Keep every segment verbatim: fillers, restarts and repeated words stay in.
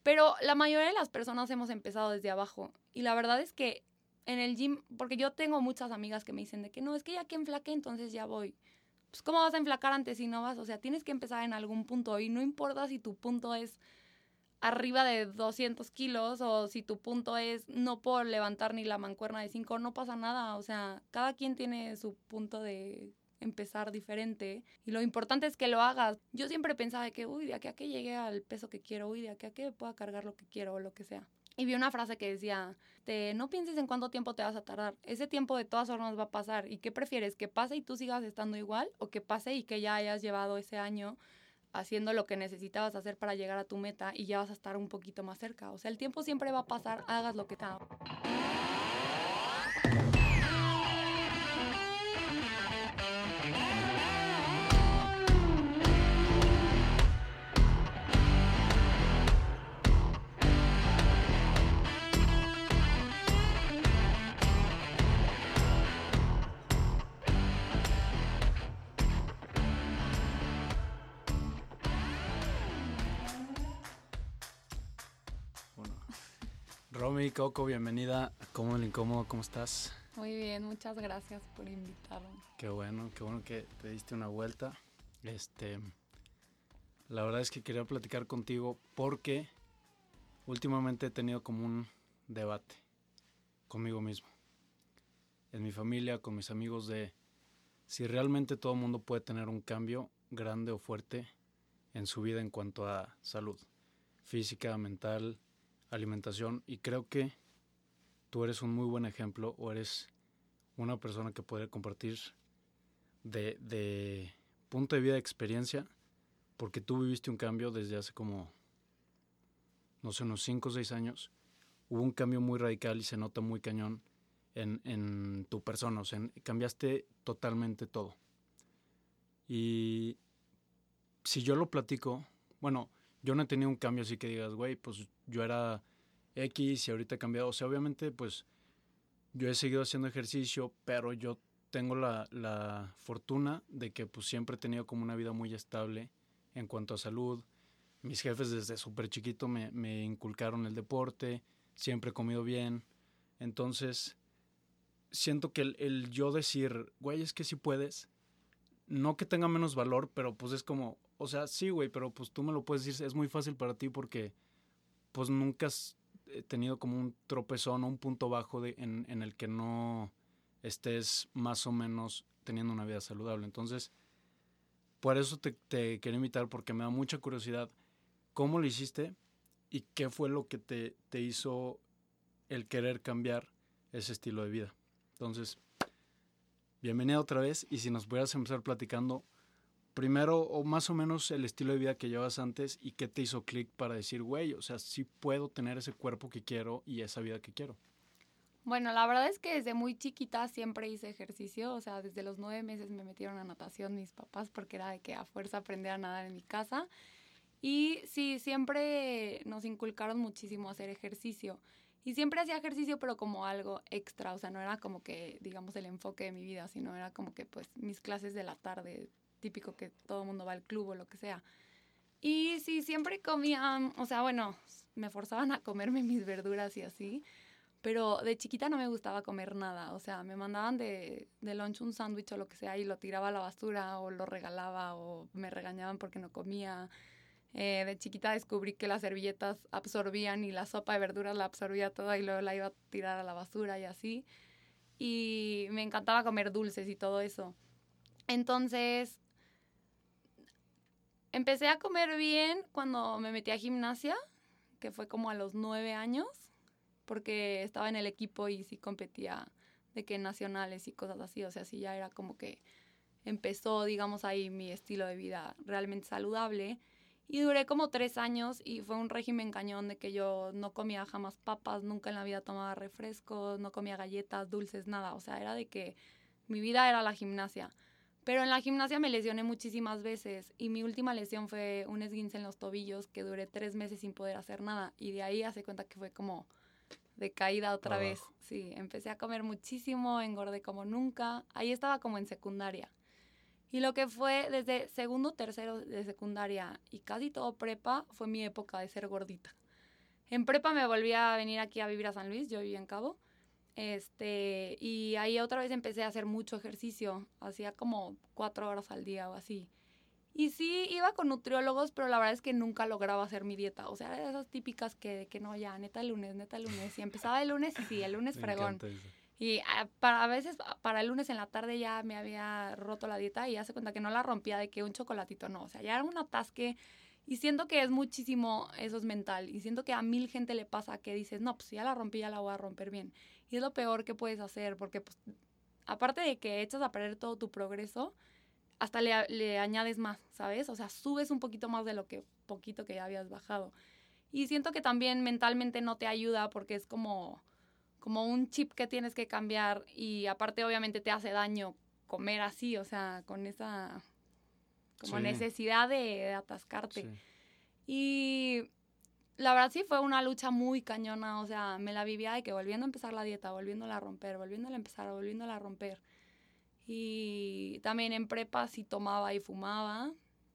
Pero la mayoría de las personas hemos empezado desde abajo. Y la verdad es que en el gym, porque yo tengo muchas amigas que me dicen de que no, es que ya que enflaqué, entonces ya voy. Pues, ¿cómo vas a enflacar antes si no vas? O sea, tienes que empezar en algún punto. Y no importa si tu punto es arriba de doscientos kilos o si tu punto es no puedo levantar ni la mancuerna de cinco, no pasa nada. O sea, cada quien tiene su punto de empezar diferente y lo importante es que lo hagas. Yo siempre pensaba de que, uy, de aquí a que llegue al peso que quiero, uy, de aquí a que pueda cargar lo que quiero o lo que sea. Y vi una frase que decía, te, no pienses en cuánto tiempo te vas a tardar, ese tiempo de todas formas va a pasar. ¿Y qué prefieres? ¿Que pase y tú sigas estando igual o que pase y que ya hayas llevado ese año haciendo lo que necesitabas hacer para llegar a tu meta y ya vas a estar un poquito más cerca? O sea, el tiempo siempre va a pasar, hagas lo que te haga. Romy, Coco, bienvenida a Cómodo el Incómodo, ¿cómo estás? Muy bien, muchas gracias por invitarme. Qué bueno, qué bueno que te diste una vuelta. Este, la verdad es que quería platicar contigo porque últimamente he tenido como un debate conmigo mismo, en mi familia, con mis amigos, de si realmente todo el mundo puede tener un cambio grande o fuerte en su vida en cuanto a salud física, mental, alimentación, y creo que tú eres un muy buen ejemplo o eres una persona que puede compartir de, de punto de vida, de experiencia, porque tú viviste un cambio desde hace como, no sé, unos cinco o seis años. Hubo un cambio muy radical y se nota muy cañón en, en tu persona, o sea, en, cambiaste totalmente todo. Y si yo lo platico, bueno, yo no he tenido un cambio así que digas, güey, pues yo era X y ahorita he cambiado. O sea, obviamente, pues yo he seguido haciendo ejercicio, pero yo tengo la, la fortuna de que pues siempre he tenido como una vida muy estable en cuanto a salud. Mis jefes desde súper chiquito me, me inculcaron el deporte, siempre he comido bien. Entonces, siento que el, el yo decir, güey, es que sí puedes, no que tenga menos valor, pero pues es como, o sea, sí, güey, pero pues tú me lo puedes decir, es muy fácil para ti porque pues nunca has tenido como un tropezón o un punto bajo de, en, en el que no estés más o menos teniendo una vida saludable. Entonces, por eso te, te quería invitar, porque me da mucha curiosidad cómo lo hiciste y qué fue lo que te, te hizo el querer cambiar ese estilo de vida. Entonces, bienvenida otra vez, y si nos pudieras empezar platicando primero o más o menos el estilo de vida que llevas antes y qué te hizo clic para decir, güey, o sea, sí puedo tener ese cuerpo que quiero y esa vida que quiero. Bueno, la verdad es que desde muy chiquita siempre hice ejercicio, o sea, desde los nueve meses me metieron a natación mis papás porque era de que a fuerza aprendía a nadar en mi casa. Y sí, siempre nos inculcaron muchísimo a hacer ejercicio. Y siempre hacía ejercicio, pero como algo extra, o sea, no era como que, digamos, el enfoque de mi vida, sino era como que, pues, mis clases de la tarde, típico que todo el mundo va al club o lo que sea. Y sí, siempre comía, o sea, bueno, me forzaban a comerme mis verduras y así, pero de chiquita no me gustaba comer nada, o sea, me mandaban de, de lunch un sándwich o lo que sea y lo tiraba a la basura o lo regalaba o me regañaban porque no comía. Eh, de chiquita descubrí que las servilletas absorbían y la sopa de verduras la absorbía toda y luego la iba a tirar a la basura y así. Y me encantaba comer dulces y todo eso. Entonces, empecé a comer bien cuando me metí a gimnasia, que fue como a los nueve años, porque estaba en el equipo y sí competía de que nacionales y cosas así. O sea, sí ya era como que empezó, digamos, ahí mi estilo de vida realmente saludable. Y duré como tres años y fue un régimen cañón de que yo no comía jamás papas, nunca en la vida tomaba refrescos, no comía galletas, dulces, nada. O sea, era de que mi vida era la gimnasia. Pero en la gimnasia me lesioné muchísimas veces y mi última lesión fue un esguince en los tobillos que duré tres meses sin poder hacer nada. Y de ahí hace cuenta que fue como de caída otra Abajo. vez. Sí, empecé a comer muchísimo, engordé como nunca. Ahí estaba como en secundaria. Y lo que fue desde segundo, tercero de secundaria y casi todo prepa fue mi época de ser gordita. En prepa me volví a venir aquí a vivir a San Luis, yo vivía en Cabo. Este, y ahí otra vez empecé a hacer mucho ejercicio, hacía como cuatro horas al día o así. Y sí, iba con nutriólogos, pero la verdad es que nunca lograba hacer mi dieta. O sea, era esas típicas que, que no, ya, neta el lunes, neta el lunes. Y empezaba el lunes y sí, el lunes Me fregón. encanta eso. Y a, para, a veces para el lunes en la tarde ya me había roto la dieta y ya se cuenta que no la rompía de que un chocolatito, no. O sea, ya era un atasque y siento que es muchísimo, eso es mental. Y siento que a mil gente le pasa que dices, no, pues si ya la rompí, ya la voy a romper bien. Y es lo peor que puedes hacer porque, pues, aparte de que echas a perder todo tu progreso, hasta le, le añades más, ¿sabes? O sea, subes un poquito más de lo que poquito que ya habías bajado. Y siento que también mentalmente no te ayuda porque es como, como un chip que tienes que cambiar y aparte obviamente te hace daño comer así, o sea, con esa como Sí. necesidad de, de atascarte. Sí. Y la verdad sí fue una lucha muy cañona, o sea, me la vivía de que volviendo a empezar la dieta, volviéndola a romper, volviéndola a empezar, volviéndola a romper. Y también en prepa sí tomaba y fumaba,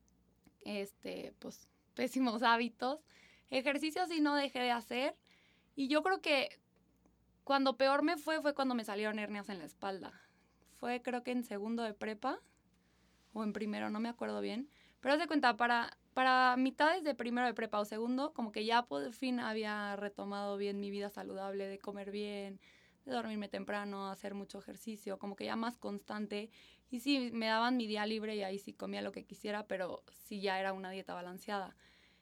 este, pues, pésimos hábitos. Ejercicio sí no dejé de hacer. Y yo creo que cuando peor me fue fue cuando me salieron hernias en la espalda. Fue creo que en segundo de prepa o en primero, no me acuerdo bien. Pero haz de cuenta, para, para mitades de primero de prepa o segundo, como que ya por fin había retomado bien mi vida saludable, de comer bien, de dormirme temprano, hacer mucho ejercicio, como que ya más constante. Y sí, me daban mi día libre y ahí sí comía lo que quisiera, pero sí ya era una dieta balanceada.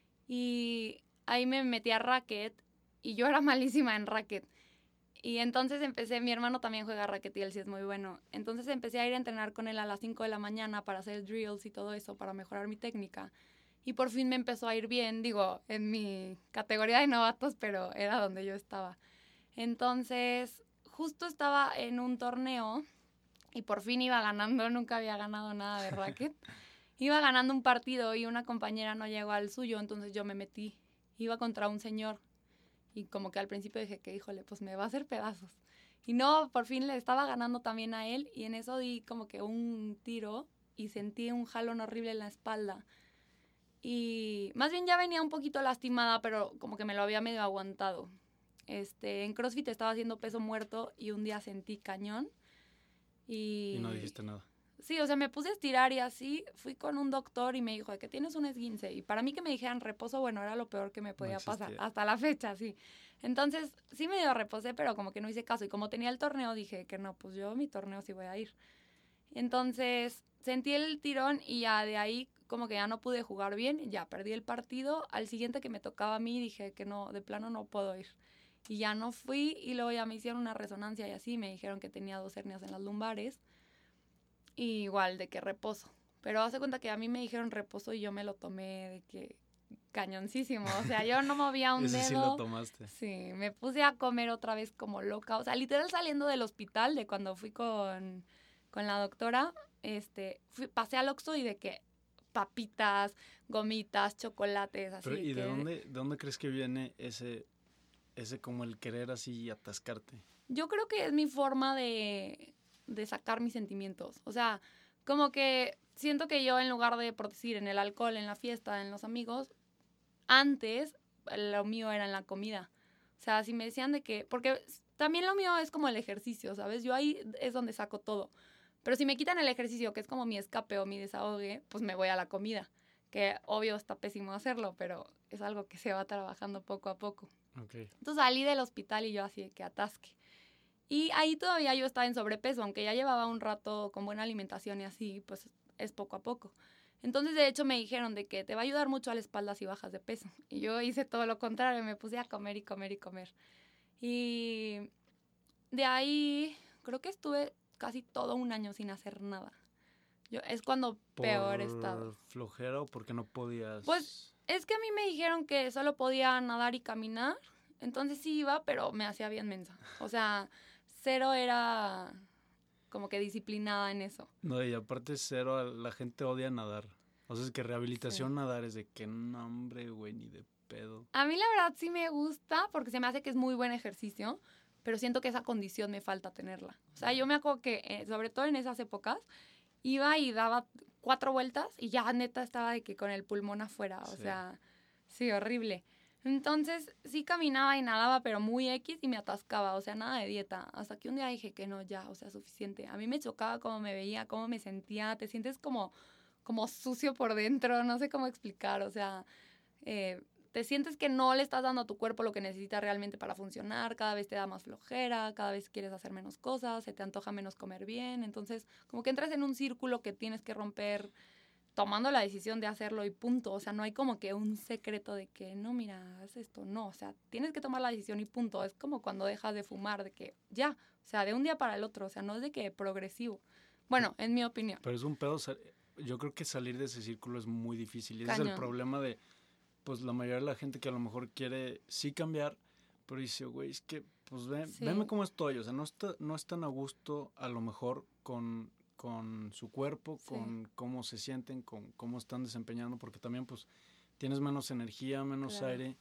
Y ahí me metí a racket y yo era malísima en racket. Y entonces empecé, mi hermano también juega racket y él sí es muy bueno. Entonces empecé a ir a entrenar con él a las cinco de la mañana para hacer drills y todo eso, para mejorar mi técnica. Y por fin me empezó a ir bien, digo, en mi categoría de novatos, pero era donde yo estaba. Entonces, justo estaba en un torneo y por fin iba ganando, nunca había ganado nada de racket. Iba ganando un partido y una compañera no llegó al suyo, entonces yo me metí. Iba contra un señor. Y como que al principio dije que, híjole, pues me va a hacer pedazos. Y no, por fin le estaba ganando también a él. Y en eso di como que un tiro y sentí un jalón horrible en la espalda. Y más bien ya venía un poquito lastimada, pero como que me lo había medio aguantado. Este, en CrossFit estaba haciendo peso muerto y un día sentí cañón. Y, Y no dijiste nada. Sí, o sea, me puse a estirar y así fui con un doctor y me dijo que tienes un esguince. Y para mí que me dijeran reposo, bueno, era lo peor que me podía No pasar existía. hasta la fecha, sí. Entonces, sí medio reposé, pero como que no hice caso. Y como tenía el torneo, dije que no, pues yo mi torneo sí voy a ir. Entonces, sentí el tirón y ya de ahí como que ya no pude jugar bien. Ya perdí el partido. Al siguiente que me tocaba a mí, dije que no, de plano no puedo ir. Y ya no fui y luego ya me hicieron una resonancia y así. Me dijeron que tenía dos hernias en las lumbares. Y igual, de que reposo. Pero hace cuenta que a mí me dijeron reposo y yo me lo tomé de que cañoncísimo. O sea, yo no movía un Ese dedo. sí lo tomaste. Sí, me puse a comer otra vez como loca. O sea, literal saliendo del hospital, de cuando fui con, con la doctora, este, fui, pasé al Oxxo y de que papitas, gomitas, chocolates, así. Pero, ¿y que, de dónde, de dónde crees que viene ese, ese como el querer así atascarte? Yo creo que es mi forma de, de sacar mis sentimientos. O sea, como que siento que yo en lugar de, por decir, en el alcohol, en la fiesta, en los amigos, antes lo mío era en la comida. O sea, si me decían de que, porque también lo mío es como el ejercicio, ¿sabes? Yo ahí es donde saco todo. Pero si me quitan el ejercicio, que es como mi escape o mi desahogue, pues me voy a la comida. Que obvio está pésimo hacerlo, pero es algo que se va trabajando poco a poco. Okay. Entonces salí del hospital y yo así de que atasque. Y ahí todavía yo estaba en sobrepeso, aunque ya llevaba un rato con buena alimentación y así, pues es poco a poco. Entonces, de hecho, me dijeron de que te va a ayudar mucho a la espalda si bajas de peso. Y yo hice todo lo contrario, me puse a comer y comer y comer. Y de ahí creo que estuve casi todo un año sin hacer nada. Yo, es cuando peor he estado. ¿Por flojera o porque no podías? Pues es que a mí me dijeron que solo podía nadar y caminar. Entonces sí iba, pero me hacía bien mensa. O sea, cero era como que disciplinada en eso. No, y aparte cero, la gente odia nadar. O sea, es que rehabilitación sí. Nadar es de que no, hombre, güey, ni de pedo. A mí la verdad sí me gusta porque se me hace que es muy buen ejercicio, pero siento que esa condición me falta tenerla. O sea, yo me acuerdo que, eh, sobre todo en esas épocas, iba y daba cuatro vueltas y ya neta estaba de que con el pulmón afuera. O sí. sea, sí, horrible. Entonces, sí caminaba y nadaba, pero muy X y me atascaba, o sea, nada de dieta. Hasta que un día dije que no, ya, o sea, suficiente. A mí me chocaba cómo me veía, cómo me sentía. Te sientes como, como sucio por dentro, no sé cómo explicar, o sea, eh, te sientes que no le estás dando a tu cuerpo lo que necesita realmente para funcionar. Cada vez te da más flojera, cada vez quieres hacer menos cosas, se te antoja menos comer bien. Entonces, como que entras en un círculo que tienes que romper tomando la decisión de hacerlo y punto. O sea, no hay como que un secreto de que, no, mira, haz esto. No, o sea, tienes que tomar la decisión y punto. Es como cuando dejas de fumar, de que ya, o sea, de un día para el otro. O sea, no es de que progresivo. Bueno, en mi opinión. Pero es un pedo, yo creo que salir de ese círculo es muy difícil. Y ese Cañón. es el problema de, pues, la mayoría de la gente que a lo mejor quiere sí cambiar, pero dice, güey, es que, pues, ve, sí. Veme cómo estoy. O sea, no, está, no están a gusto a lo mejor con... con su cuerpo, sí. Con cómo se sienten, con cómo están desempeñando, porque también pues tienes menos energía, menos claro. aire,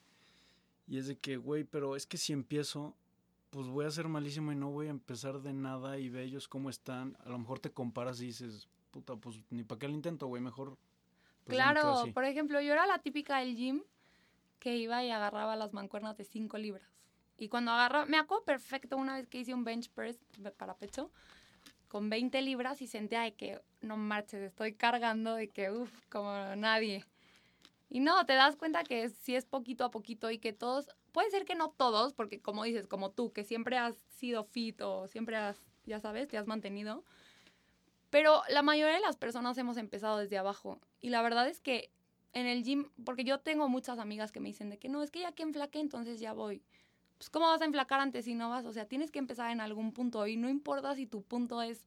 y es de que, güey, pero es que si empiezo, pues voy a ser malísimo y no voy a empezar de nada y ve ellos cómo están, a lo mejor te comparas y dices, puta, pues ni para qué lo intento, güey, mejor. Pues claro, por ejemplo, yo era la típica del gym que iba y agarraba las mancuernas de cinco libras, y cuando agarraba, me acuerdo perfecto una vez que hice un bench press para pecho, con veinte libras y sentía de que, no marches, estoy cargando de que, uff, como nadie. Y no, te das cuenta que sí es poquito a poquito y que todos, puede ser que no todos, porque como dices, como tú, que siempre has sido fit o siempre has, ya sabes, te has mantenido, pero la mayoría de las personas hemos empezado desde abajo. Y la verdad es que en el gym, porque yo tengo muchas amigas que me dicen de que no, es que ya que enflaqué, entonces ya voy. Pues, ¿cómo vas a enflacar antes si no vas? O sea, tienes que empezar en algún punto y no importa si tu punto es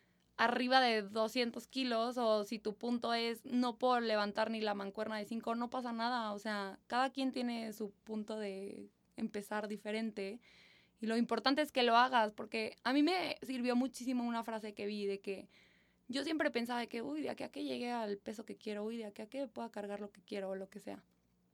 arriba de doscientos kilos o si tu punto es no puedo levantar ni la mancuerna de cinco, no pasa nada. O sea, cada quien tiene su punto de empezar diferente y lo importante es que lo hagas, porque a mí me sirvió muchísimo una frase que vi de que yo siempre pensaba de que, uy, de aquí a que llegue al peso que quiero, uy, de aquí a que pueda cargar lo que quiero o lo que sea.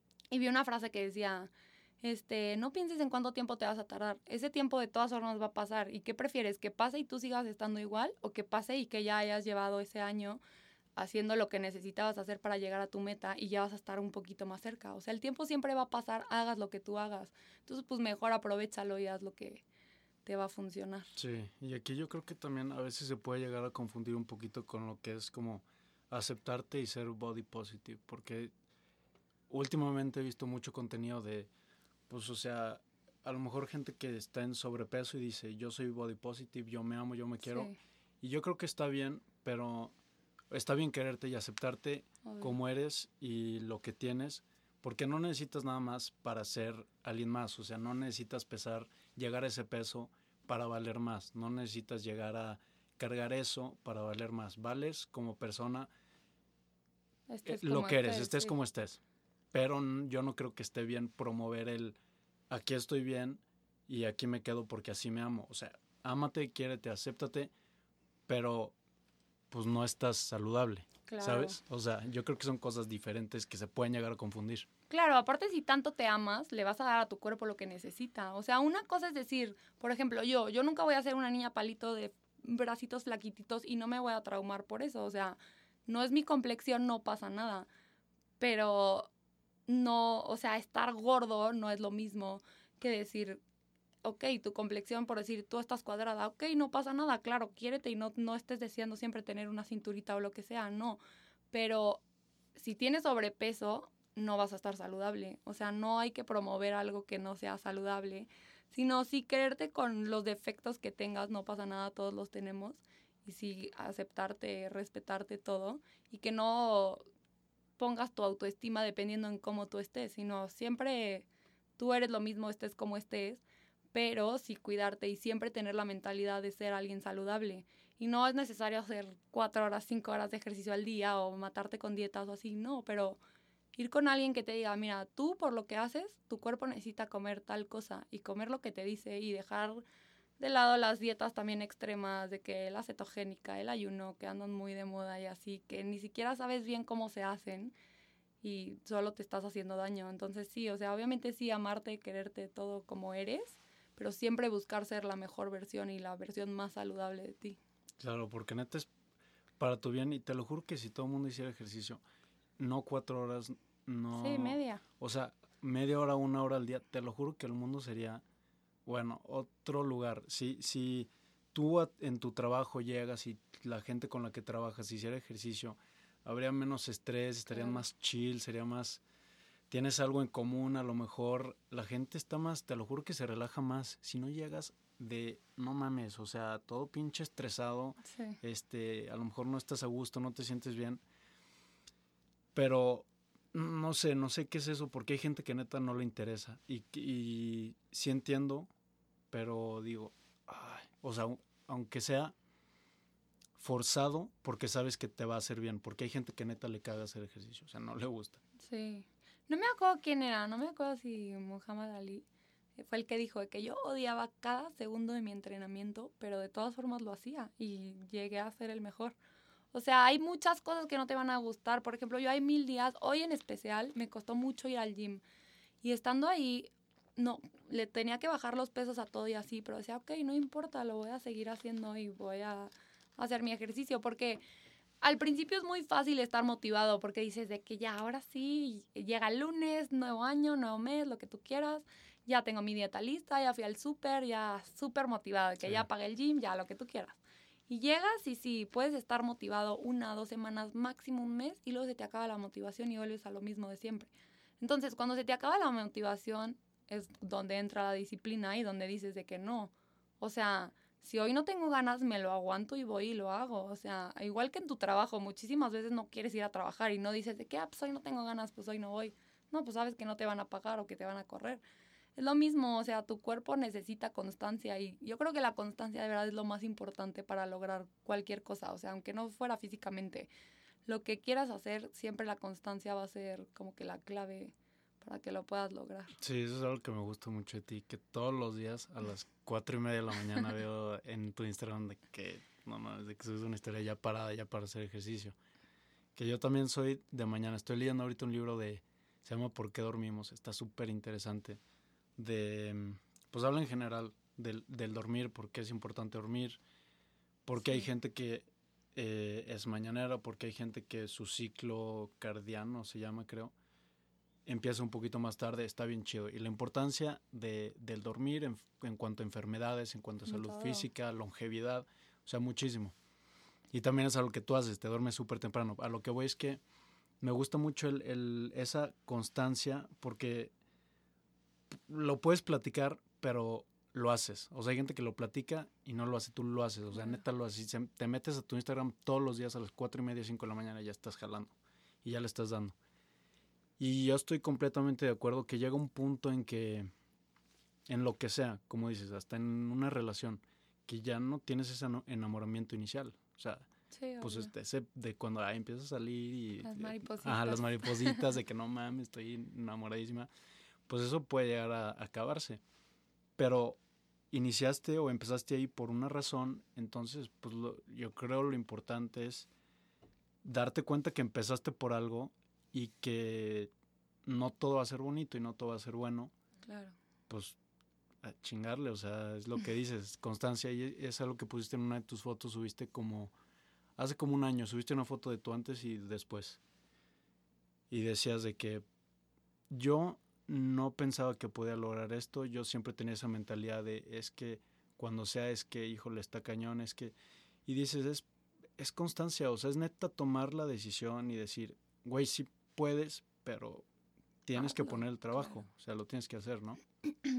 Y vi una frase que decía... Este, no pienses en cuánto tiempo te vas a tardar. Ese tiempo de todas formas va a pasar. ¿Y qué prefieres? ¿Que pase y tú sigas estando igual? ¿O que pase y que ya hayas llevado ese año haciendo lo que necesitabas hacer para llegar a tu meta y ya vas a estar un poquito más cerca? O sea, el tiempo siempre va a pasar, hagas lo que tú hagas. Entonces, pues mejor aprovéchalo y haz lo que te va a funcionar. Sí, y aquí yo creo que también a veces se puede llegar a confundir un poquito con lo que es como aceptarte y ser body positive, porque últimamente he visto mucho contenido de pues, o sea, a lo mejor gente que está en sobrepeso y dice, yo soy body positive, yo me amo, yo me quiero. Sí. Y yo creo que está bien, pero está bien quererte y aceptarte Obvio. Como eres y lo que tienes, porque no necesitas nada más para ser alguien más. O sea, no necesitas pesar, llegar a ese peso para valer más. No necesitas llegar a cargar eso para valer más. Vales como persona eh, lo que eres, estés, estés sí. como estés. Pero yo no creo que esté bien promover el aquí estoy bien y aquí me quedo porque así me amo. O sea, ámate, quiérete, acéptate, pero pues no estás saludable, claro. ¿Sabes? O sea, yo creo que son cosas diferentes que se pueden llegar a confundir. Claro, aparte si tanto te amas, le vas a dar a tu cuerpo lo que necesita. O sea, una cosa es decir, por ejemplo, yo, yo nunca voy a ser una niña palito de bracitos flaquititos y no me voy a traumar por eso. O sea, no es mi complexión, no pasa nada. Pero no, o sea, estar gordo no es lo mismo que decir, ok, tu complexión, por decir, tú estás cuadrada, ok, no pasa nada, claro, quiérete y no, no estés deseando siempre tener una cinturita o lo que sea, no. Pero si tienes sobrepeso, no vas a estar saludable. O sea, no hay que promover algo que no sea saludable, sino sí quererte con los defectos que tengas, no pasa nada, todos los tenemos. Y sí aceptarte, respetarte todo y que no pongas tu autoestima dependiendo en cómo tú estés, sino siempre tú eres lo mismo, estés como estés, pero sí cuidarte y siempre tener la mentalidad de ser alguien saludable. Y no es necesario hacer cuatro horas, cinco horas de ejercicio al día o matarte con dietas o así, no, pero ir con alguien que te diga, mira, tú por lo que haces, tu cuerpo necesita comer tal cosa y comer lo que te dice y dejar de lado las dietas también extremas de que la cetogénica, el ayuno, que andan muy de moda y así, que ni siquiera sabes bien cómo se hacen y solo te estás haciendo daño. Entonces sí, o sea, obviamente sí amarte, quererte todo como eres, pero siempre buscar ser la mejor versión y la versión más saludable de ti. Claro, porque neta es para tu bien y te lo juro que si todo el mundo hiciera ejercicio, no cuatro horas, no... Sí, media. O sea, media hora, una hora al día, te lo juro que el mundo sería, bueno, otro lugar. Si, si tú a, en tu trabajo llegas y la gente con la que trabajas hiciera ejercicio, habría menos estrés, estarían Claro. más chill, sería más... Tienes algo en común, a lo mejor la gente está más, te lo juro que se relaja más. Si no llegas de, no mames, o sea, todo pinche estresado, Sí. este, a lo mejor no estás a gusto, no te sientes bien, pero no sé, no sé qué es eso, porque hay gente que neta no le interesa y, y sí entiendo, pero digo, ay, o sea, aunque sea forzado, porque sabes que te va a hacer bien, porque hay gente que neta le caga hacer ejercicio, o sea, no le gusta. Sí. No me acuerdo quién era, no me acuerdo si Muhammad Ali fue el que dijo de que yo odiaba cada segundo de mi entrenamiento, pero de todas formas lo hacía y llegué a ser el mejor. O sea, hay muchas cosas que no te van a gustar. Por ejemplo, yo hay mil días, hoy en especial, me costó mucho ir al gym. Y estando ahí, no, le tenía que bajar los pesos a todo y así, pero decía, ok, no importa, lo voy a seguir haciendo y voy a hacer mi ejercicio, porque al principio es muy fácil estar motivado, porque dices de que ya, ahora sí, llega el lunes, nuevo año, nuevo mes, lo que tú quieras, ya tengo mi dieta lista, ya fui al súper, ya súper motivado, de que Sí. ya pagué el gym, ya lo que tú quieras. Y llegas y sí, puedes estar motivado una, dos semanas, máximo un mes, y luego se te acaba la motivación y vuelves a lo mismo de siempre. Entonces, cuando se te acaba la motivación, es donde entra la disciplina y donde dices de que no. O sea, si hoy no tengo ganas, me lo aguanto y voy y lo hago. O sea, igual que en tu trabajo, muchísimas veces no quieres ir a trabajar y no dices de que, ah, pues hoy no tengo ganas, pues hoy no voy. No, pues sabes que no te van a pagar o que te van a correr. Es lo mismo, o sea, tu cuerpo necesita constancia y yo creo que la constancia de verdad es lo más importante para lograr cualquier cosa. O sea, aunque no fuera físicamente, lo que quieras hacer, siempre la constancia va a ser como que la clave para que lo puedas lograr. Sí, eso es algo que me gusta mucho de ti, que todos los días a las cuatro y media de la mañana veo en tu Instagram de que, no mames, de que subes una historia ya parada, ya para hacer ejercicio. Que yo también soy de mañana, estoy leyendo ahorita un libro de, se llama ¿Por qué dormimos? Está súper interesante. De, pues habla en general del, del dormir, por qué es importante dormir, porque sí. Hay gente que eh, es mañanera, porque hay gente que su ciclo cardiano se llama, creo, empieza un poquito más tarde, está bien chido. Y la importancia de, del dormir en, en cuanto a enfermedades, en cuanto a salud Todo. física, longevidad, o sea, muchísimo. Y también es algo que tú haces, te duermes súper temprano. A lo que voy es que me gusta mucho el, el, esa constancia porque lo puedes platicar, pero lo haces. O sea, hay gente que lo platica y no lo hace, tú lo haces. O sea, neta lo haces. Te metes a tu Instagram todos los días a las cuatro y media, cinco de la mañana y ya estás jalando. Y ya le estás dando. Y yo estoy completamente de acuerdo que llega un punto en que, en lo que sea, como dices, hasta en una relación, que ya no tienes ese enamoramiento inicial. O sea, sí, pues este, ese de cuando ah, empiezas a salir y... Las maripositas. Ajá, las maripositas de que no mames, estoy enamoradísima. Pues eso puede llegar a, a acabarse. Pero iniciaste o empezaste ahí por una razón, entonces pues lo, yo creo lo importante es darte cuenta que empezaste por algo y que no todo va a ser bonito y no todo va a ser bueno. Claro. Pues a chingarle, o sea, es lo que dices, constancia, y es algo que pusiste en una de tus fotos, subiste como, hace como un año, subiste una foto de tu antes y después. Y decías de que yo no pensaba que podía lograr esto, yo siempre tenía esa mentalidad de, es que cuando sea, es que, híjole, está cañón, es que, y dices, es, es constancia, o sea, es neta tomar la decisión y decir, güey, sí puedes, pero tienes ah, que no, poner el trabajo, claro. O sea, lo tienes que hacer, ¿no?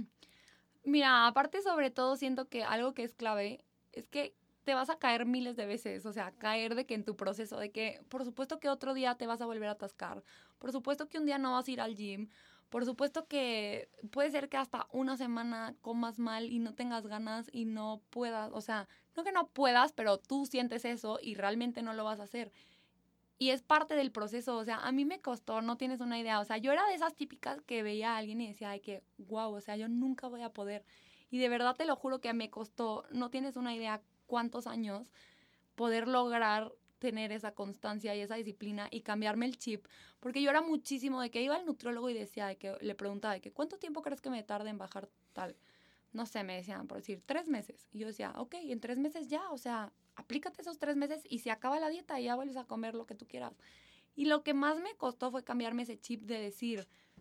Mira, aparte sobre todo siento que algo que es clave es que te vas a caer miles de veces, o sea, caer de que en tu proceso, de que por supuesto que otro día te vas a volver a atascar, por supuesto que un día no vas a ir al gym, por supuesto que puede ser que hasta una semana comas mal y no tengas ganas y no puedas, o sea, no que no puedas, pero tú sientes eso y realmente no lo vas a hacer. Y es parte del proceso, o sea, a mí me costó, no tienes una idea, o sea, yo era de esas típicas que veía a alguien y decía, ay, que wow, o sea, yo nunca voy a poder. Y de verdad te lo juro que me costó, no tienes una idea cuántos años poder lograr tener esa constancia y esa disciplina y cambiarme el chip, porque yo era muchísimo de que iba al nutriólogo y decía, de que le preguntaba, de que ¿cuánto tiempo crees que me tarde en bajar tal? No sé, me decían, por decir, tres meses. Y yo decía, ok, en tres meses ya, o sea, aplícate esos tres meses y se acaba la dieta y ya vuelves a comer lo que tú quieras. Y lo que más me costó fue cambiarme ese chip de decir,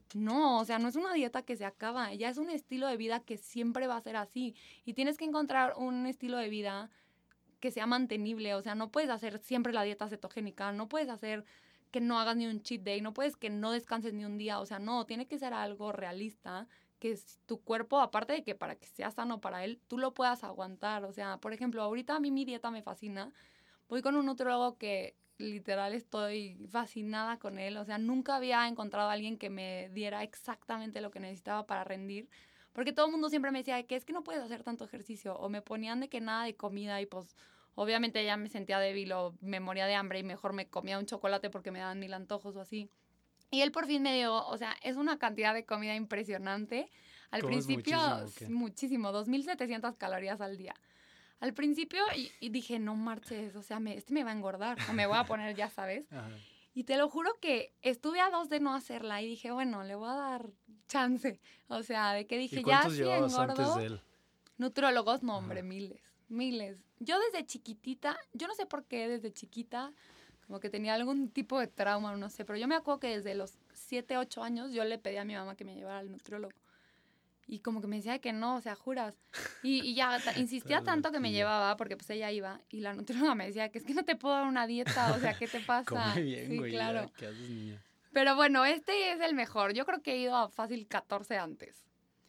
no, o sea, no es una dieta que se acaba, ya es un estilo de vida que siempre va a ser así. Y tienes que encontrar un estilo de vida que sea mantenible, o sea, no puedes hacer siempre la dieta cetogénica, no puedes hacer que no hagas ni un cheat day, no puedes que no descanses ni un día, o sea, no, tiene que ser algo realista, que tu cuerpo, aparte de que para que sea sano para él, tú lo puedas aguantar, o sea, por ejemplo, ahorita a mí mi dieta me fascina, voy con un nutriólogo que literal estoy fascinada con él, o sea, nunca había encontrado a alguien que me diera exactamente lo que necesitaba para rendir, porque todo el mundo siempre me decía que es que no puedes hacer tanto ejercicio, o me ponían de que nada de comida y pues obviamente ya me sentía débil o me moría de hambre y mejor me comía un chocolate porque me daban mil antojos o así. Y él por fin me dio, o sea, es una cantidad de comida impresionante. Al principio, muchísimo, muchísimo, dos mil setecientas calorías al día. Al principio, y, y dije, no marches, o sea, me, este me va a engordar, o me voy a poner, ya sabes. Ajá. Y te lo juro que estuve a dos de no hacerla y dije, bueno, le voy a dar chance. O sea, de que dije, ¿Y ya sí engordo. Antes de él? Nutriólogos, no, hombre, Ajá. miles, miles. Yo desde chiquitita, yo no sé por qué desde chiquita, como que tenía algún tipo de trauma, no sé, pero yo me acuerdo que desde los siete, ocho años yo le pedí a mi mamá que me llevara al nutriólogo. Y como que me decía que no, o sea, juras. Y, y ya ta, insistía tanto que me llevaba, porque pues ella iba, y la nutrióloga me decía que es que no te puedo dar una dieta, o sea, ¿qué te pasa? Come bien, sí, güey, claro. Ya, ¿qué haces, niña? Pero bueno, este es el mejor. Yo creo que he ido a fácil catorce antes.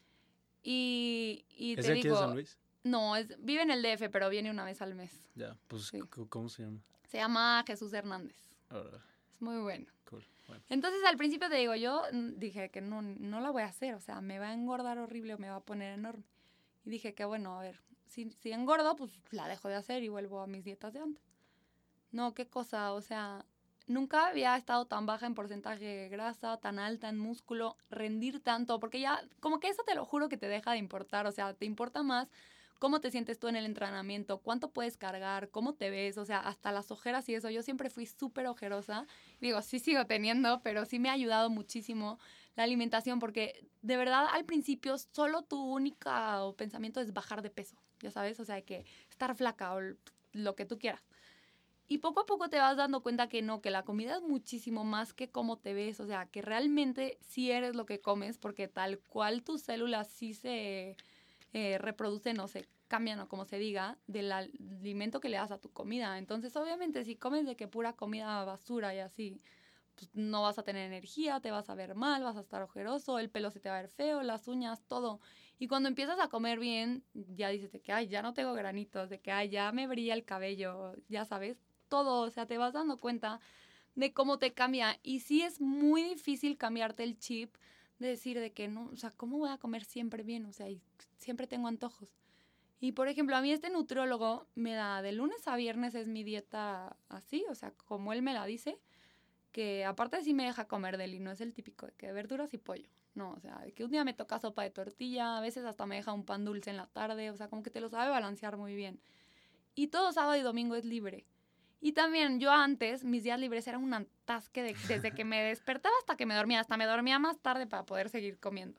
Y, y ¿Es te aquí digo... de San Luis? No, es, vive en el D F, pero viene una vez al mes. Ya, pues, sí. ¿Cómo se llama? Se llama Jesús Hernández. Uh, es muy bueno. Cool. Bueno. Entonces, al principio te digo, yo dije que no, no la voy a hacer, o sea, me va a engordar horrible o me va a poner enorme. Y dije que, bueno, a ver, si, si engordo, pues la dejo de hacer y vuelvo a mis dietas de antes. No, qué cosa, o sea, nunca había estado tan baja en porcentaje de grasa, tan alta en músculo, rendir tanto, porque ya, como que eso te lo juro que te deja de importar, o sea, te importa más cómo te sientes tú en el entrenamiento, cuánto puedes cargar, cómo te ves, o sea, hasta las ojeras y eso. Yo siempre fui súper ojerosa. Digo, sí sigo teniendo, pero sí me ha ayudado muchísimo la alimentación porque de verdad al principio solo tu único pensamiento es bajar de peso, ya sabes, o sea, que estar flaca o lo que tú quieras. Y poco a poco te vas dando cuenta que no, que la comida es muchísimo más que cómo te ves, o sea, que realmente sí eres lo que comes porque tal cual tus células sí se... Eh, reproducen o se cambian o como se diga del alimento que le das a tu comida. Entonces obviamente si comes de que pura comida basura y así, pues no vas a tener energía, te vas a ver mal, vas a estar ojeroso, el pelo se te va a ver feo, las uñas, todo. Y cuando empiezas a comer bien, ya dices de que ay, ya no tengo granitos, de que ay, ya me brilla el cabello, ya sabes, todo, o sea, te vas dando cuenta de cómo te cambia. Y sí es muy difícil cambiarte el chip de decir de que no, o sea, ¿cómo voy a comer siempre bien? O sea, y siempre tengo antojos. Y, por ejemplo, a mí este nutriólogo me da de lunes a viernes es mi dieta así, o sea, como él me la dice, que aparte sí me deja comer deli, no es el típico de que verduras y pollo. No, o sea, de que un día me toca sopa de tortilla, a veces hasta me deja un pan dulce en la tarde, o sea, como que te lo sabe balancear muy bien. Y todo sábado y domingo es libre. Y también yo antes, mis días libres eran un atasque de, desde que me despertaba hasta que me dormía. Hasta me dormía más tarde para poder seguir comiendo.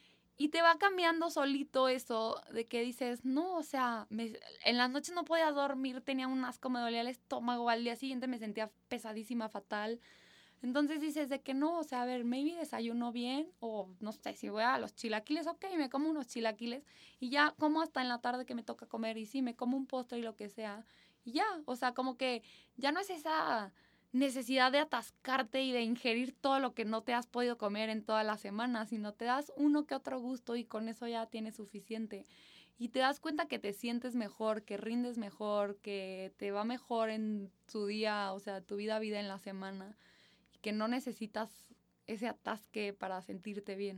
Y te va cambiando solito eso de que dices, no, o sea, me, en las noches no podía dormir, tenía un asco, me dolía el estómago, al día siguiente me sentía pesadísima, fatal. Entonces dices de que no, o sea, a ver, maybe desayuno bien o no sé, si voy a los chilaquiles, ok, me como unos chilaquiles y ya como hasta en la tarde que me toca comer y sí, me como un postre y lo que sea. Y ya, o sea, como que ya no es esa necesidad de atascarte y de ingerir todo lo que no te has podido comer en toda la semana, sino te das uno que otro gusto y con eso ya tienes suficiente. Y te das cuenta que te sientes mejor, que rindes mejor, que te va mejor en tu día, o sea, tu vida, vida en la semana. Y que no necesitas ese atasque para sentirte bien.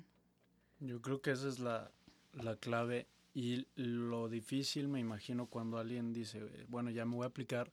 Yo creo que esa es la, la clave. Y lo difícil, me imagino, cuando alguien dice, bueno, ya me voy a aplicar.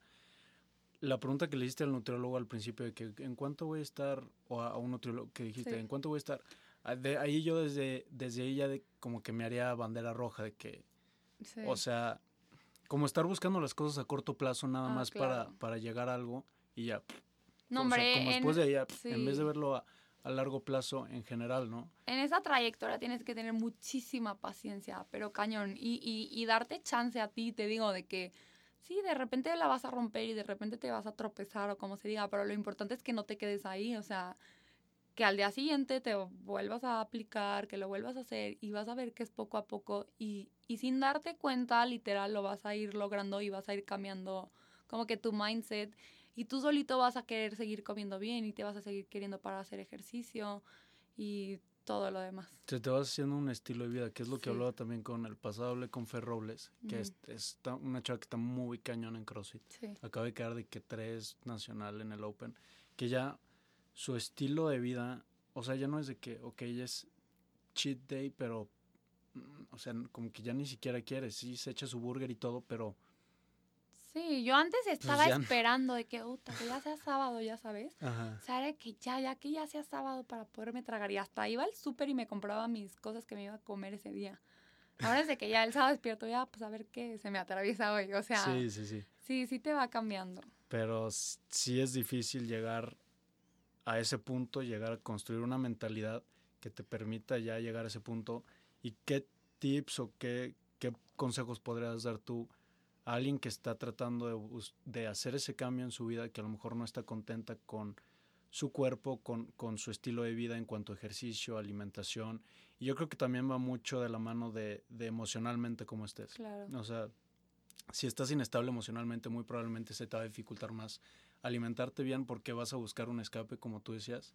La pregunta que le hiciste al nutriólogo al principio de que en cuánto voy a estar, o a, a un nutriólogo que dijiste, sí. en cuánto voy a estar, de ahí yo desde, desde ahí ya de, como que me haría bandera roja de que, sí. o sea, como estar buscando las cosas a corto plazo nada ah, más claro. para, para llegar a algo y ya. No, hombre, o sea, como en, después de ahí, sí. en vez de verlo a, a largo plazo en general, ¿no? En esa trayectoria tienes que tener muchísima paciencia, pero cañón, y, y, y darte chance a ti, te digo, de que sí, de repente la vas a romper y de repente te vas a tropezar o como se diga, pero lo importante es que no te quedes ahí, o sea, que al día siguiente te vuelvas a aplicar, que lo vuelvas a hacer y vas a ver que es poco a poco y, y sin darte cuenta, literal, lo vas a ir logrando y vas a ir cambiando como que tu mindset y tú solito vas a querer seguir comiendo bien y te vas a seguir queriendo para hacer ejercicio y todo lo demás. Se te vas haciendo un estilo de vida, que es lo que Sí. hablaba también con el pasado, hablé con Fer Robles, que Ujú. es, es ta- una chava que está muy cañón en CrossFit. Sí. Acaba de quedar de que tres nacional en el Open, que ya su estilo de vida, o sea, ya no es de que, ok, ya es cheat day, pero, mm, o sea, como que ya ni siquiera quiere, sí, se echa su burger y todo, pero Sí, yo antes estaba ya no. esperando de que, uta, que ya sea sábado, ya sabes. Ajá. O sea, era que ya, ya que ya sea sábado para poderme tragar. Y hasta iba al súper y me compraba mis cosas que me iba a comer ese día. Ahora es de que ya el sábado despierto, ya, pues a ver qué se me atraviesa hoy. O sea, Sí, sí, sí. sí, sí te va cambiando. Pero s- sí es difícil llegar a ese punto, llegar a construir una mentalidad que te permita ya llegar a ese punto. ¿Y qué tips o qué, qué consejos podrías dar tú a alguien que está tratando de, bus- de hacer ese cambio en su vida, que a lo mejor no está contenta con su cuerpo, con, con su estilo de vida en cuanto a ejercicio, alimentación? Y yo creo que también va mucho de la mano de, de emocionalmente cómo estés. Claro. O sea, si estás inestable emocionalmente, muy probablemente se te va a dificultar más alimentarte bien porque vas a buscar un escape, como tú decías,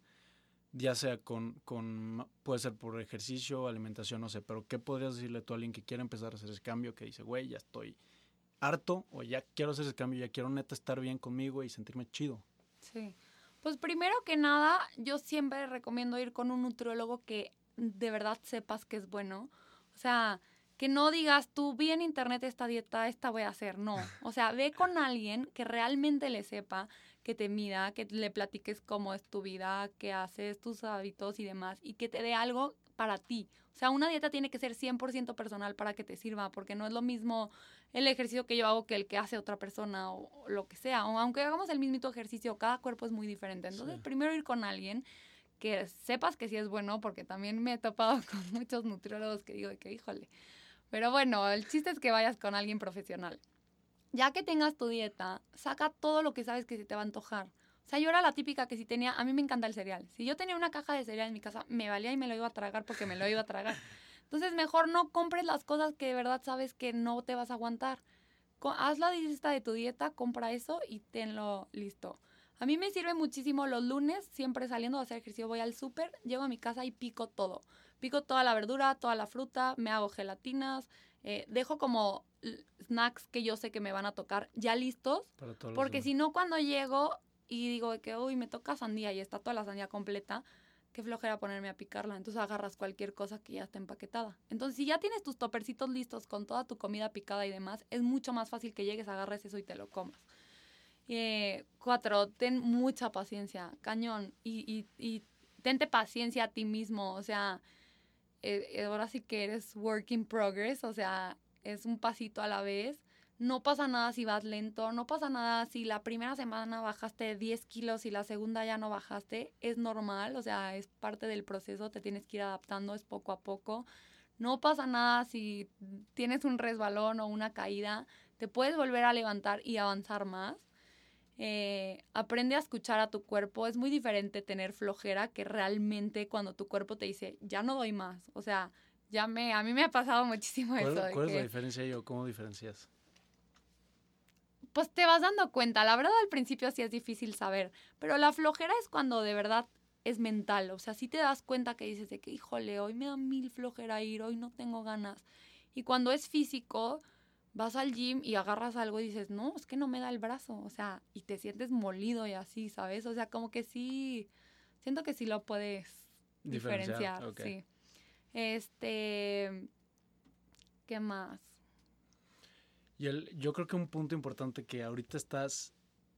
ya sea con, con puede ser por ejercicio, alimentación, no sé, pero ¿qué podrías decirle tú a alguien que quiere empezar a hacer ese cambio, que dice, güey, ya estoy harto o ya quiero hacer ese cambio, ya quiero neta estar bien conmigo y sentirme chido? Sí. Pues primero que nada, yo siempre recomiendo ir con un nutriólogo que de verdad sepas que es bueno. O sea, que no digas tú, vi en internet esta dieta, esta voy a hacer. No. O sea, ve con alguien que realmente le sepa, que te mida, que le platiques cómo es tu vida, qué haces, tus hábitos y demás, y que te dé algo para ti. O sea, una dieta tiene que ser cien por ciento personal para que te sirva, porque no es lo mismo el ejercicio que yo hago que el que hace otra persona o, o lo que sea. O aunque hagamos el mismito ejercicio, cada cuerpo es muy diferente. Entonces, Sí. primero ir con alguien que sepas que sí es bueno, porque también me he topado con muchos nutriólogos que digo que, híjole. Pero bueno, el chiste es que vayas con alguien profesional. Ya que tengas tu dieta, saca todo lo que sabes que se te va a antojar. O sea, yo era la típica que si tenía, a mí me encanta el cereal. Si yo tenía una caja de cereal en mi casa, me valía y me lo iba a tragar porque me lo iba a tragar. Entonces, mejor no compres las cosas que de verdad sabes que no te vas a aguantar. Co- Haz la lista de tu dieta, compra eso y tenlo listo. A mí me sirve muchísimo los lunes, siempre saliendo a hacer ejercicio, voy al súper, llego a mi casa y pico todo. Pico toda la verdura, toda la fruta, me hago gelatinas, eh, dejo como l- snacks que yo sé que me van a tocar ya listos, Para todos los porque demás. si no cuando llego y digo de que, uy, me toca sandía y está toda la sandía completa, qué flojera ponerme a picarla. Entonces agarras cualquier cosa que ya está empaquetada. Entonces, si ya tienes tus topercitos listos con toda tu comida picada y demás, es mucho más fácil que llegues, agarres eso y te lo comas. Eh, cuatro, ten mucha paciencia, cañón. Y, y, y tente paciencia a ti mismo. O sea, eh, ahora sí que eres work in progress. O sea, es un pasito a la vez. No pasa nada si vas lento, no pasa nada si la primera semana bajaste diez kilos y la segunda ya no bajaste, es normal, o sea, es parte del proceso, te tienes que ir adaptando, es poco a poco. No pasa nada si tienes un resbalón o una caída, te puedes volver a levantar y avanzar más. Eh, aprende a escuchar a tu cuerpo, es muy diferente tener flojera que realmente cuando tu cuerpo te dice, ya no doy más, o sea, ya me, a mí me ha pasado muchísimo eso. ¿Cuál, De cuál es la que, diferencia ahí o cómo diferencias? pues te vas dando cuenta. La verdad al principio sí es difícil saber, pero la flojera es cuando de verdad es mental. O sea, sí te das cuenta que dices de que, híjole, hoy me da mil flojera ir, hoy no tengo ganas. Y cuando es físico, vas al gym y agarras algo y dices, no, es que no me da el brazo. O sea, y te sientes molido y así, ¿sabes? O sea, como que sí, siento que sí lo puedes Diferenciar, diferenciar, ok. sí. Este, ¿qué más? Y el, yo creo que un punto importante que ahorita estás,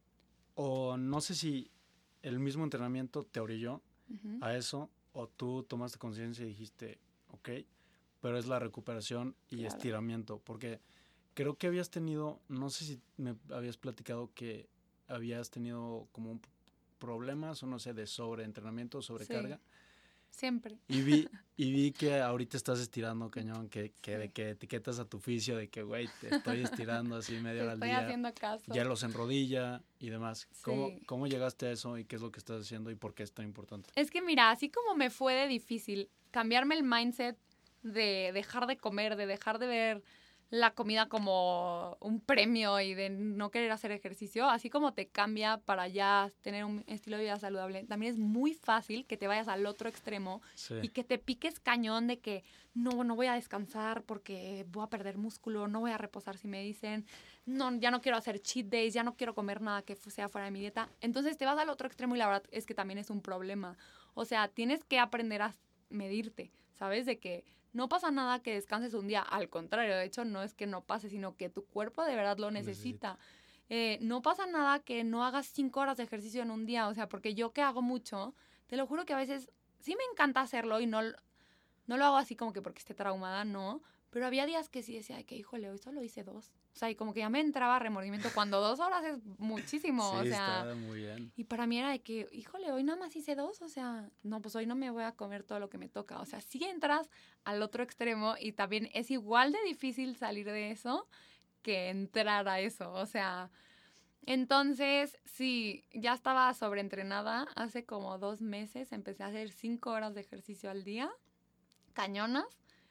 o no sé si el mismo entrenamiento te orilló Ujú. a eso, o tú tomaste conciencia y dijiste, ok, pero es la recuperación y Claro. estiramiento, porque creo que habías tenido, no sé si me habías platicado que habías tenido como un problemas o no sé, de sobreentrenamiento, sobrecarga. Sí. siempre. Y vi, y vi que ahorita estás estirando, cañón, que, que, sí. de que etiquetas a tu fisio, de que, güey, te estoy estirando así media hora al día. Estoy haciendo caso. Ya los enrodilla y demás. Sí. ¿Cómo, ¿Cómo llegaste a eso y qué es lo que estás haciendo y por qué es tan importante? Es que mira, así como me fue de difícil cambiarme el mindset de dejar de comer, de dejar de ver la comida como un premio y de no querer hacer ejercicio, así como te cambia para ya tener un estilo de vida saludable, también es muy fácil que te vayas al otro extremo sí. y que te piques cañón de que no, no voy a descansar porque voy a perder músculo, no voy a reposar si me dicen, no, ya no quiero hacer cheat days, ya no quiero comer nada que sea fuera de mi dieta. Entonces te vas al otro extremo y la verdad es que también es un problema. O sea, tienes que aprender a medirte, ¿sabes? De que no pasa nada que descanses un día, al contrario, de hecho no es que no pase, sino que tu cuerpo de verdad lo necesita. Eh, no pasa nada que no hagas cinco horas de ejercicio en un día, o sea, porque yo que hago mucho, te lo juro que a veces sí me encanta hacerlo y no, no lo hago así como que porque esté traumada, no, pero había días que sí decía, que híjole, hoy solo hice dos. O sea, y como que ya me entraba remordimiento cuando dos horas es muchísimo, sí, o sea. Está muy bien. Y para mí era de que, híjole, hoy nada más hice dos, o sea, no, pues hoy no me voy a comer todo lo que me toca. O sea, sí entras al otro extremo y también es igual de difícil salir de eso que entrar a eso, o sea. Entonces, sí, ya estaba sobreentrenada. Hace como dos meses empecé a hacer cinco horas de ejercicio al día, cañonas.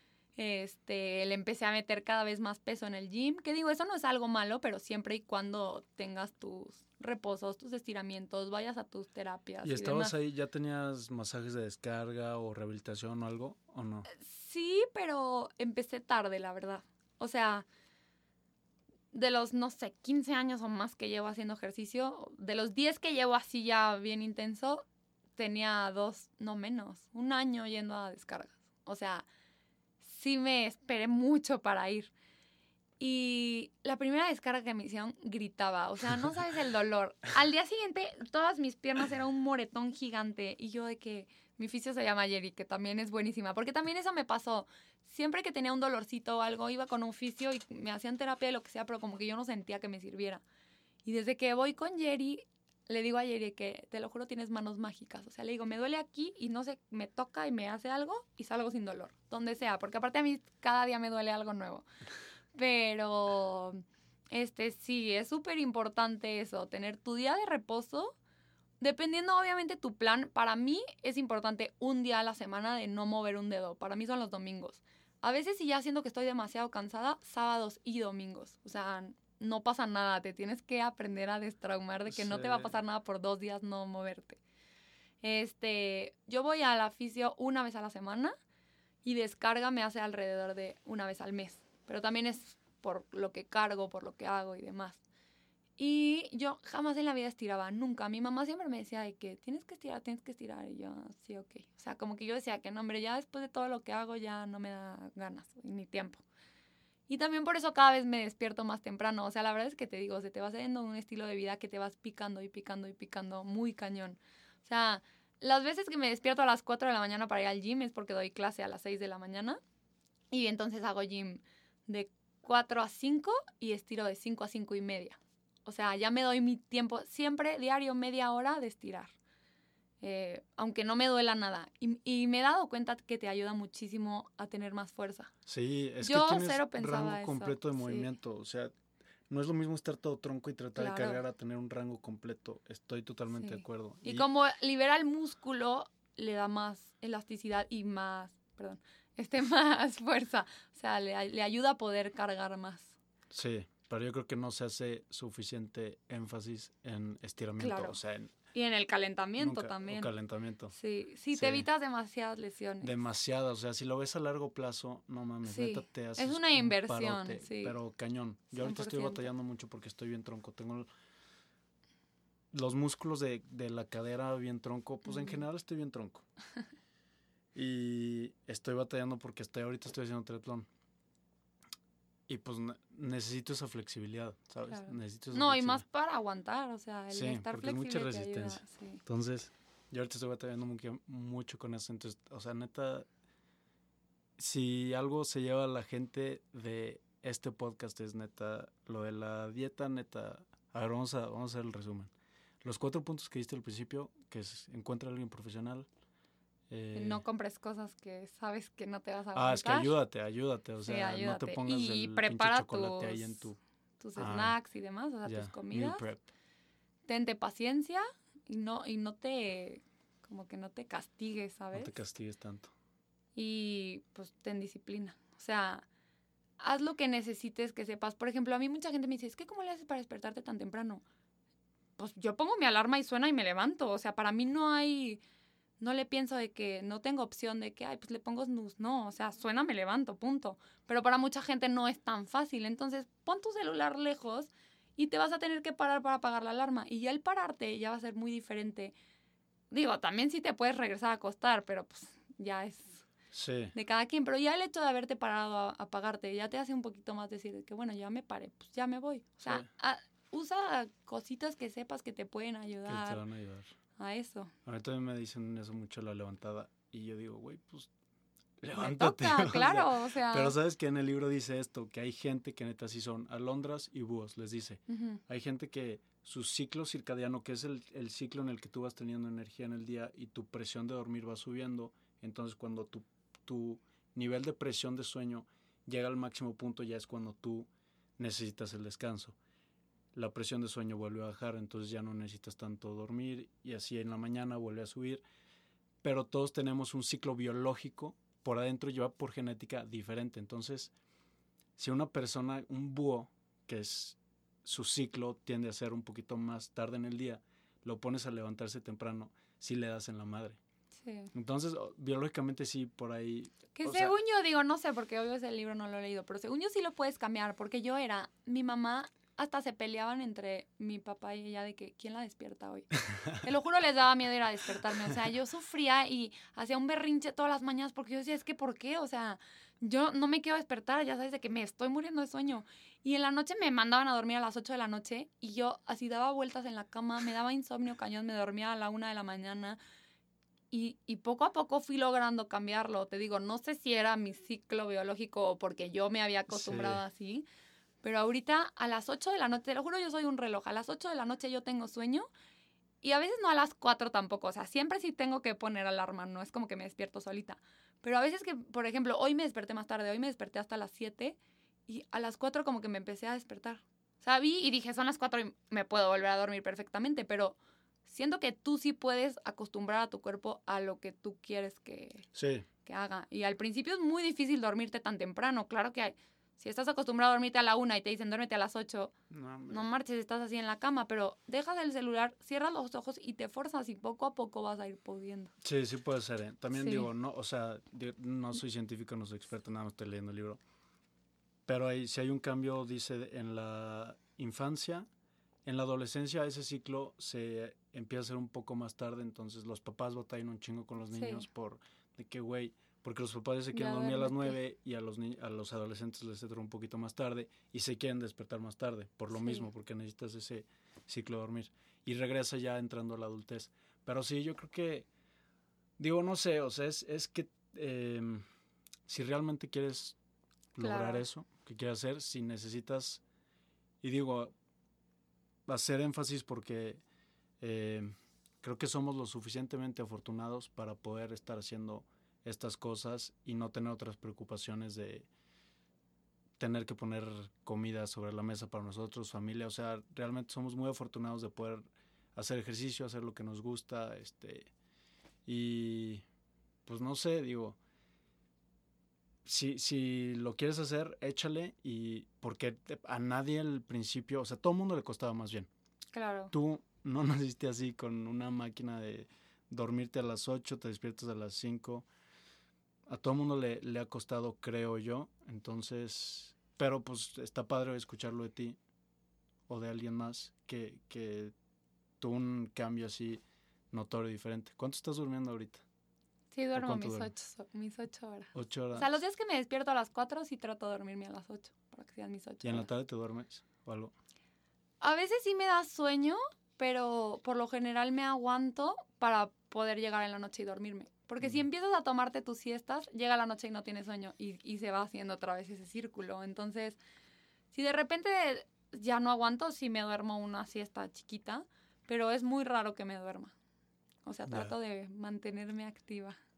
Este, le empecé a meter cada vez más peso en el gym, que digo, eso no es algo malo, pero siempre y cuando tengas tus reposos, tus estiramientos, vayas a tus terapias. ¿Y, y estabas demás. ahí, ya tenías masajes de descarga o rehabilitación o algo, o no? Sí, pero empecé tarde, la verdad. O sea, de los, no sé, quince años o más que llevo haciendo ejercicio, de los diez que llevo así ya bien intenso, tenía dos, no menos, un año yendo a descargas. O sea, sí me esperé mucho para ir. Y la primera descarga que me hicieron gritaba, o sea, no sabes el dolor. Al día siguiente, todas mis piernas eran un moretón gigante. Y yo de que mi fisio se llama Jerry, que también es buenísima. Porque también eso me pasó. Siempre que tenía un dolorcito o algo, iba con un fisio y me hacían terapia de lo que sea, pero como que yo no sentía que me sirviera. Y desde que voy con Jerry, le digo a Jerry que, te lo juro, tienes manos mágicas. O sea, le digo, me duele aquí y no sé, me toca y me hace algo y salgo sin dolor. Donde sea, porque aparte a mí cada día me duele algo nuevo. Pero, este, sí, es súper importante eso, tener tu día de reposo, dependiendo obviamente tu plan. Para mí es importante un día a la semana de no mover un dedo. Para mí son los domingos. A veces si ya siento que estoy demasiado cansada, sábados y domingos. O sea, no pasa nada, te tienes que aprender a destraumar de que sí. No te va a pasar nada por dos días no moverte. Este, yo voy a la fisio una vez a la semana y descarga me hace alrededor de una vez al mes. Pero también es por lo que cargo, por lo que hago y demás. Y yo jamás en la vida estiraba, nunca. Mi mamá siempre me decía de que tienes que estirar, tienes que estirar. Y yo, sí, ok. O sea, como que yo decía que no, hombre, ya después de todo lo que hago ya no me da ganas ni tiempo. Y también por eso cada vez me despierto más temprano. O sea, la verdad es que te digo, se te va haciendo un estilo de vida que te vas picando y picando y picando muy cañón. O sea, las veces que me despierto a las cuatro de la mañana para ir al gym es porque doy clase a las seis de la mañana. Y entonces hago gym de cuatro a cinco y estiro de cinco a cinco y media. O sea, ya me doy mi tiempo, siempre diario media hora de estirar. Eh, aunque no me duela nada. Y, y me he dado cuenta que te ayuda muchísimo a tener más fuerza. Sí, es Yo que tienes cero pensaba rango completo eso, de movimiento. Sí. O sea, no es lo mismo estar todo tronco y tratar claro. de cargar a tener un rango completo. Estoy totalmente sí. de acuerdo. Y, y como libera el músculo, le da más elasticidad y más, perdón, este, más fuerza. O sea, le, le ayuda a poder cargar más. Sí, pero yo creo que no se hace suficiente énfasis en estiramiento. Claro. O sea, en, y en el calentamiento nunca, también. O calentamiento. Sí, sí, sí, te evitas demasiadas lesiones. Demasiadas, o sea, si lo ves a largo plazo, no mames, sí. neta te haces es una un inversión, parote, sí. pero cañón. Yo cien por ciento. ahorita estoy batallando mucho porque estoy bien tronco. Tengo los músculos de, de la cadera bien tronco, pues mm. en general estoy bien tronco. Y estoy batallando porque estoy, ahorita estoy haciendo triatlón. Y pues necesito esa flexibilidad, ¿sabes? Claro. Necesito esa no, flexibilidad. y más para aguantar, o sea, el sí, estar porque flexible mucha resistencia. te ayuda, sí. Entonces, yo ahorita estoy batallando mucho, mucho con eso. Entonces, o sea, neta, si algo se lleva a la gente de este podcast es neta, lo de la dieta, neta. A ver, vamos a, vamos a hacer el resumen. Los cuatro puntos que diste al principio, que es encuentra a alguien profesional, Eh, no compres cosas que sabes que no te vas a ah, es que aguantar. ayúdate, ayúdate. O Sí, sea, no ayúdate. te pongas Y el prepara pinche chocolate tus, ahí en tu... tus Ah, snacks y demás, o sea, ya, tus meal comidas. prep. Tente paciencia y no, y no te, como que no te castigues, No ¿sabes? te castigues tanto. Y pues ten disciplina. O sea, haz lo que necesites que sepas. Por ejemplo, a mí mucha gente me dice, es que ¿cómo le haces para despertarte tan temprano? Pues yo pongo mi alarma y suena y me levanto. O sea, para mí no hay, no le pienso de que no tengo opción de que, ay, pues le pongo snooze. No, o sea, suena, me levanto, punto. Pero para mucha gente no es tan fácil. Entonces, pon tu celular lejos y te vas a tener que parar para apagar la alarma. Y ya el pararte ya va a ser muy diferente. Digo, también sí te puedes regresar a acostar, pero pues ya es Sí. de cada quien. Pero ya el hecho de haberte parado a, a apagarte ya te hace un poquito más decir que, bueno, ya me paré, pues ya me voy. O sea, Sí. a, usa cositas que sepas que te pueden Que te ayudar van a ayudar. a eso. A mí también me dicen eso mucho la levantada. Y yo digo, güey, pues Me levántate. toca, o sea, claro, o sea. Pero sabes que en el libro dice esto, que hay gente que neta sí son alondras y búhos, les dice. Ujú. Hay gente que su ciclo circadiano, que es el, el ciclo en el que tú vas teniendo energía en el día y tu presión de dormir va subiendo, entonces cuando tu, tu nivel de presión de sueño llega al máximo punto, ya es cuando tú necesitas el descanso. La presión de sueño vuelve a bajar, entonces ya no necesitas tanto dormir y así en la mañana vuelve a subir. Pero todos tenemos un ciclo biológico por adentro, lleva por genética diferente. Entonces, si una persona, un búho, que es su ciclo tiende a ser un poquito más tarde en el día, lo pones a levantarse temprano, sí le das en la madre. Sí. Entonces, biológicamente sí, por ahí... Que o sea, según yo digo, no sé, porque obvio ese libro no lo he leído, pero según yo sí lo puedes cambiar, porque yo era, mi mamá, hasta se peleaban entre mi papá y ella de que, ¿quién la despierta hoy? Te lo juro, les daba miedo ir a despertarme, o sea, yo sufría y hacía un berrinche todas las mañanas porque yo decía, es que ¿por qué? O sea, yo no me quiero despertar, ya sabes, de que me estoy muriendo de sueño. Y en la noche me mandaban a dormir a las ocho de la noche y yo así daba vueltas en la cama, me daba insomnio cañón, me dormía a la una de la mañana. Y, y poco a poco fui logrando cambiarlo. Te digo, no sé si era mi ciclo biológico o porque yo me había acostumbrado sí, así, pero ahorita a las ocho de la noche, te lo juro, yo soy un reloj, a las ocho de la noche yo tengo sueño y a veces no a las cuatro tampoco, o sea, siempre sí tengo que poner alarma, no es como que me despierto solita. Pero a veces que, por ejemplo, hoy me desperté más tarde, hoy me desperté hasta las siete y a las cuatro como que me empecé a despertar. O sea, vi y dije, son las cuatro y me puedo volver a dormir perfectamente, pero siento que tú sí puedes acostumbrar a tu cuerpo a lo que tú quieres que, sí, que haga. Y al principio es muy difícil dormirte tan temprano. Claro que hay, si estás acostumbrado a dormirte a la una y te dicen duérmete a las ocho, no, hombre. no marches, estás así en la cama, pero dejas el celular, cierras los ojos y te forzas y poco a poco vas a ir pudiendo. Sí, sí puede ser. ¿eh? También Sí. digo, no, o sea, digo, no soy científico, no soy experto, nada más estoy leyendo el libro. Pero hay, si hay un cambio, dice, en la infancia, en la adolescencia ese ciclo se empieza a hacer un poco más tarde, entonces los papás batallan un chingo con los Sí. niños por de que, güey, porque los papás se Ya quieren dormir a las duérmete. nueve y a los, ni- a los adolescentes les entra un poquito más tarde y se quieren despertar más tarde, por lo Sí. mismo, porque necesitas ese ciclo de dormir. Y regresa ya entrando a la adultez. Pero sí, yo creo que, digo, no sé, o sea, es, es que eh, si realmente quieres lograr Claro. eso, que quieres hacer, si necesitas, y digo, hacer énfasis porque eh, creo que somos lo suficientemente afortunados para poder estar haciendo estas cosas y no tener otras preocupaciones de tener que poner comida sobre la mesa para nosotros, familia, o sea, realmente somos muy afortunados de poder hacer ejercicio, hacer lo que nos gusta, este, y pues no sé, digo, si, si lo quieres hacer, échale, y porque a nadie al principio, o sea, a todo el mundo le costaba más bien. Claro. Tú no naciste así con una máquina de dormirte a las ocho, te despiertas a las cinco. A todo el mundo le, le ha costado, creo yo. Entonces, pero pues está padre escucharlo de ti o de alguien más que, que tuvo un cambio así notorio y diferente. ¿Cuánto estás durmiendo ahorita? Sí, duermo cuánto mis duermes? ocho, mis ocho horas. Ocho O horas. sea, los días que me despierto a las cuatro sí trato de dormirme a las ocho, para que sean mis ocho ¿Y en la horas. tarde te duermes o algo? A veces sí me da sueño, pero por lo general me aguanto para poder llegar en la noche y dormirme. Porque si Mm. empiezas a tomarte tus siestas, llega la noche y no tienes sueño y, y se va haciendo otra vez ese círculo. Entonces, si de repente ya no aguanto, sí me duermo una siesta chiquita, pero es muy raro que me duerma. O sea, Ya. trato de mantenerme activa.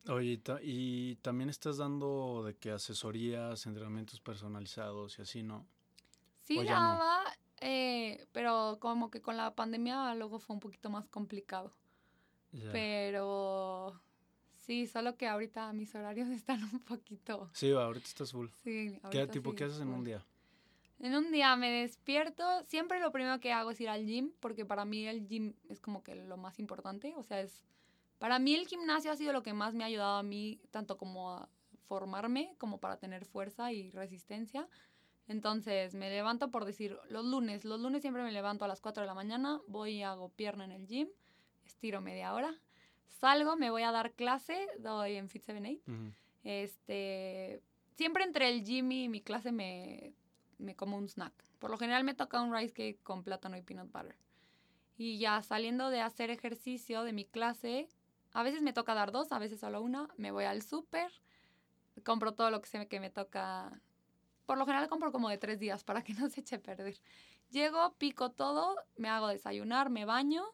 Oye, y, ta- y también estás dando de que asesorías, entrenamientos personalizados y así, ¿no? Sí O ya no. daba, eh, pero como que con la pandemia luego fue un poquito más complicado. Ya. Pero sí, solo que ahorita mis horarios están un poquito. Sí, va, ahorita estás full. Sí, ¿Qué ahorita tipo, qué sí. haces en un full. día? En un día me despierto, siempre lo primero que hago es ir al gym, porque para mí el gym es como que lo más importante, o sea, es para mí el gimnasio ha sido lo que más me ha ayudado a mí, tanto como a formarme, como para tener fuerza y resistencia. Entonces me levanto por decir, los lunes, los lunes siempre me levanto a las cuatro de la mañana, voy y hago pierna en el gym, estiro media hora, salgo, me voy a dar clase, doy en Fit setenta y ocho. Ujú. Este, siempre entre el gym y mi clase me, me como un snack. Por lo general me toca un rice cake con plátano y peanut butter. Y ya saliendo de hacer ejercicio de mi clase, a veces me toca dar dos, a veces solo una, me voy al súper, compro todo lo que sé que me toca. Por lo general compro como de tres días para que no se eche a perder. Llego, pico todo, me hago desayunar, me baño,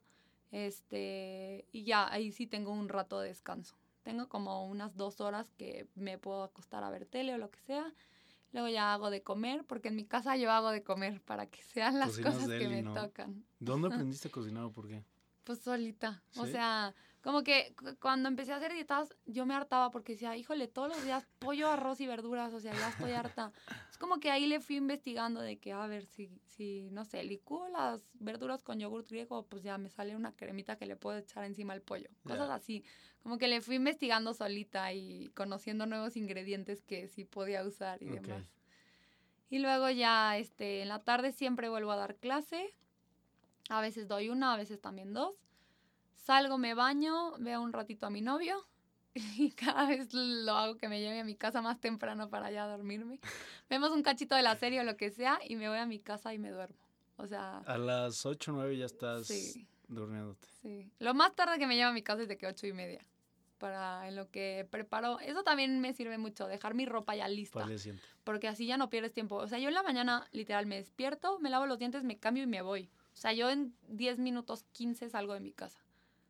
este, y ya, ahí sí tengo un rato de descanso. Tengo como unas dos horas que me puedo acostar a ver tele o lo que sea. Luego ya hago de comer, porque en mi casa yo hago de comer para que sean las Cocinas cosas que deli, me ¿no? tocan. ¿Dónde aprendiste a cocinar o por qué? Pues solita. O ¿Sí? sea, como que cu- cuando empecé a hacer dietas, yo me hartaba porque decía, híjole, todos los días pollo, arroz y verduras, o sea, ya estoy harta. Es como que ahí le fui investigando de que, a ver, si, si no sé, licúo las verduras con yogurt griego, pues ya me sale una cremita que le puedo echar encima al pollo. Cosas Ya. así. Como que le fui investigando solita y conociendo nuevos ingredientes que sí podía usar y Ok. demás. Y luego ya, este, en la tarde siempre vuelvo a dar clase. A veces doy una, a veces también dos. Salgo, me baño, veo un ratito a mi novio y cada vez lo hago que me lleve a mi casa más temprano para ya dormirme. Vemos un cachito de la serie o lo que sea y me voy a mi casa y me duermo. O sea, A las ocho o nueve ya estás sí, durmiéndote. sí. Lo más tarde que me llevo a mi casa es de que ocho y media. Para en lo que preparo. Eso también me sirve mucho, dejar mi ropa ya Para lista. el día siguiente. Porque así ya no pierdes tiempo. O sea, yo en la mañana literal me despierto, me lavo los dientes, me cambio y me voy. O sea, yo en diez minutos, quince salgo de mi casa.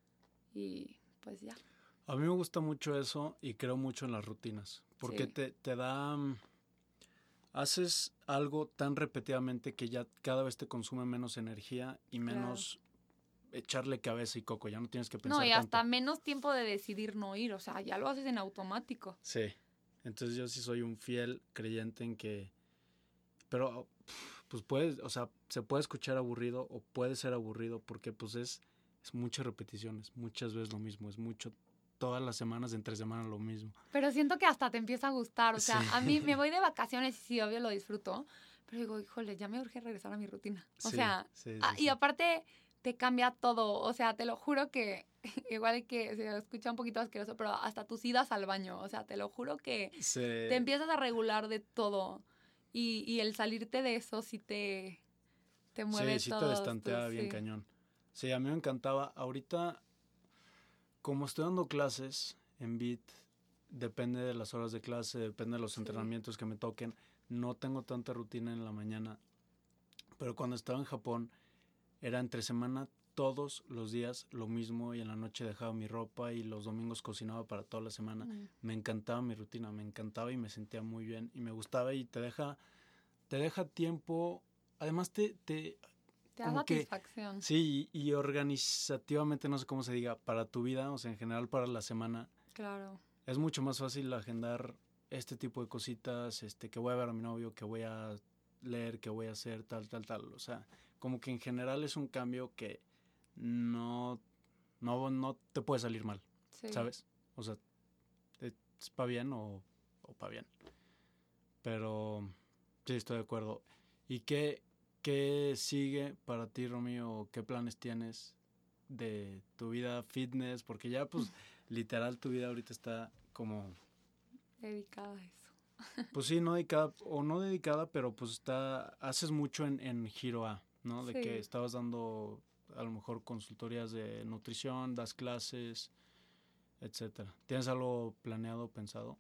Y pues ya. A mí me gusta mucho eso y creo mucho en las rutinas. Porque Sí. te, te da... mm, haces algo tan repetidamente que ya cada vez te consume menos energía y menos echarle cabeza y coco. Ya no tienes que No, pensar y tanto. hasta menos tiempo de decidir no ir. O sea, ya lo haces en automático. Sí. Entonces yo sí soy un fiel creyente en que... Pero, pf, pues puedes, o sea, se puede escuchar aburrido o puede ser aburrido porque pues es, es muchas repeticiones, muchas veces lo mismo, es mucho, todas las semanas, entre semanas lo mismo. Pero siento que hasta te empieza a gustar. O sea, Sí. a mí me voy de vacaciones y sí, obvio lo disfruto. Pero digo, híjole, ya me urge regresar a mi rutina. O Sí, sea, sí, ah, sí, y sí. aparte te cambia todo. O sea, te lo juro que igual que se escucha un poquito asqueroso, pero hasta tus idas al baño. O sea, te lo juro que te Se, empiezas a regular de todo. Y, y el salirte de eso sí te, te mueve sí, sí te todos tus, destantea bien sí. cañón. Sí, a mí me encantaba. Ahorita, como estoy dando clases en B I T, depende de las horas de clase, depende de los Sí. entrenamientos que me toquen. No tengo tanta rutina en la mañana. Pero cuando estaba en Japón, era entre semana todos los días lo mismo y en la noche dejaba mi ropa y los domingos cocinaba para toda la semana. Mm. Me encantaba mi rutina, me encantaba y me sentía muy bien y me gustaba y te deja, te deja tiempo. Además te, te Te da como que satisfacción. sí, y, y organizativamente, no sé cómo se diga, para tu vida, o sea, en general para la semana, Claro. es mucho más fácil agendar este tipo de cositas, este, que voy a ver a mi novio, que voy a leer, que voy a hacer, tal, tal, tal. O sea, como que en general es un cambio que no, no, no te puede salir mal, Sí. ¿sabes? O sea, es para bien o, o para bien. Pero sí, estoy de acuerdo. ¿Y qué, qué sigue para ti, Romeo? ¿Qué planes tienes de tu vida fitness? Porque ya, pues, literal, tu vida ahorita está como... Dedicada a eso. Pues sí, no dedicada, o no dedicada, pero pues está, haces mucho en, en Giro A, ¿no? De Sí. que estabas dando a lo mejor consultorías de nutrición, das clases, etcétera. ¿Tienes algo planeado, pensado?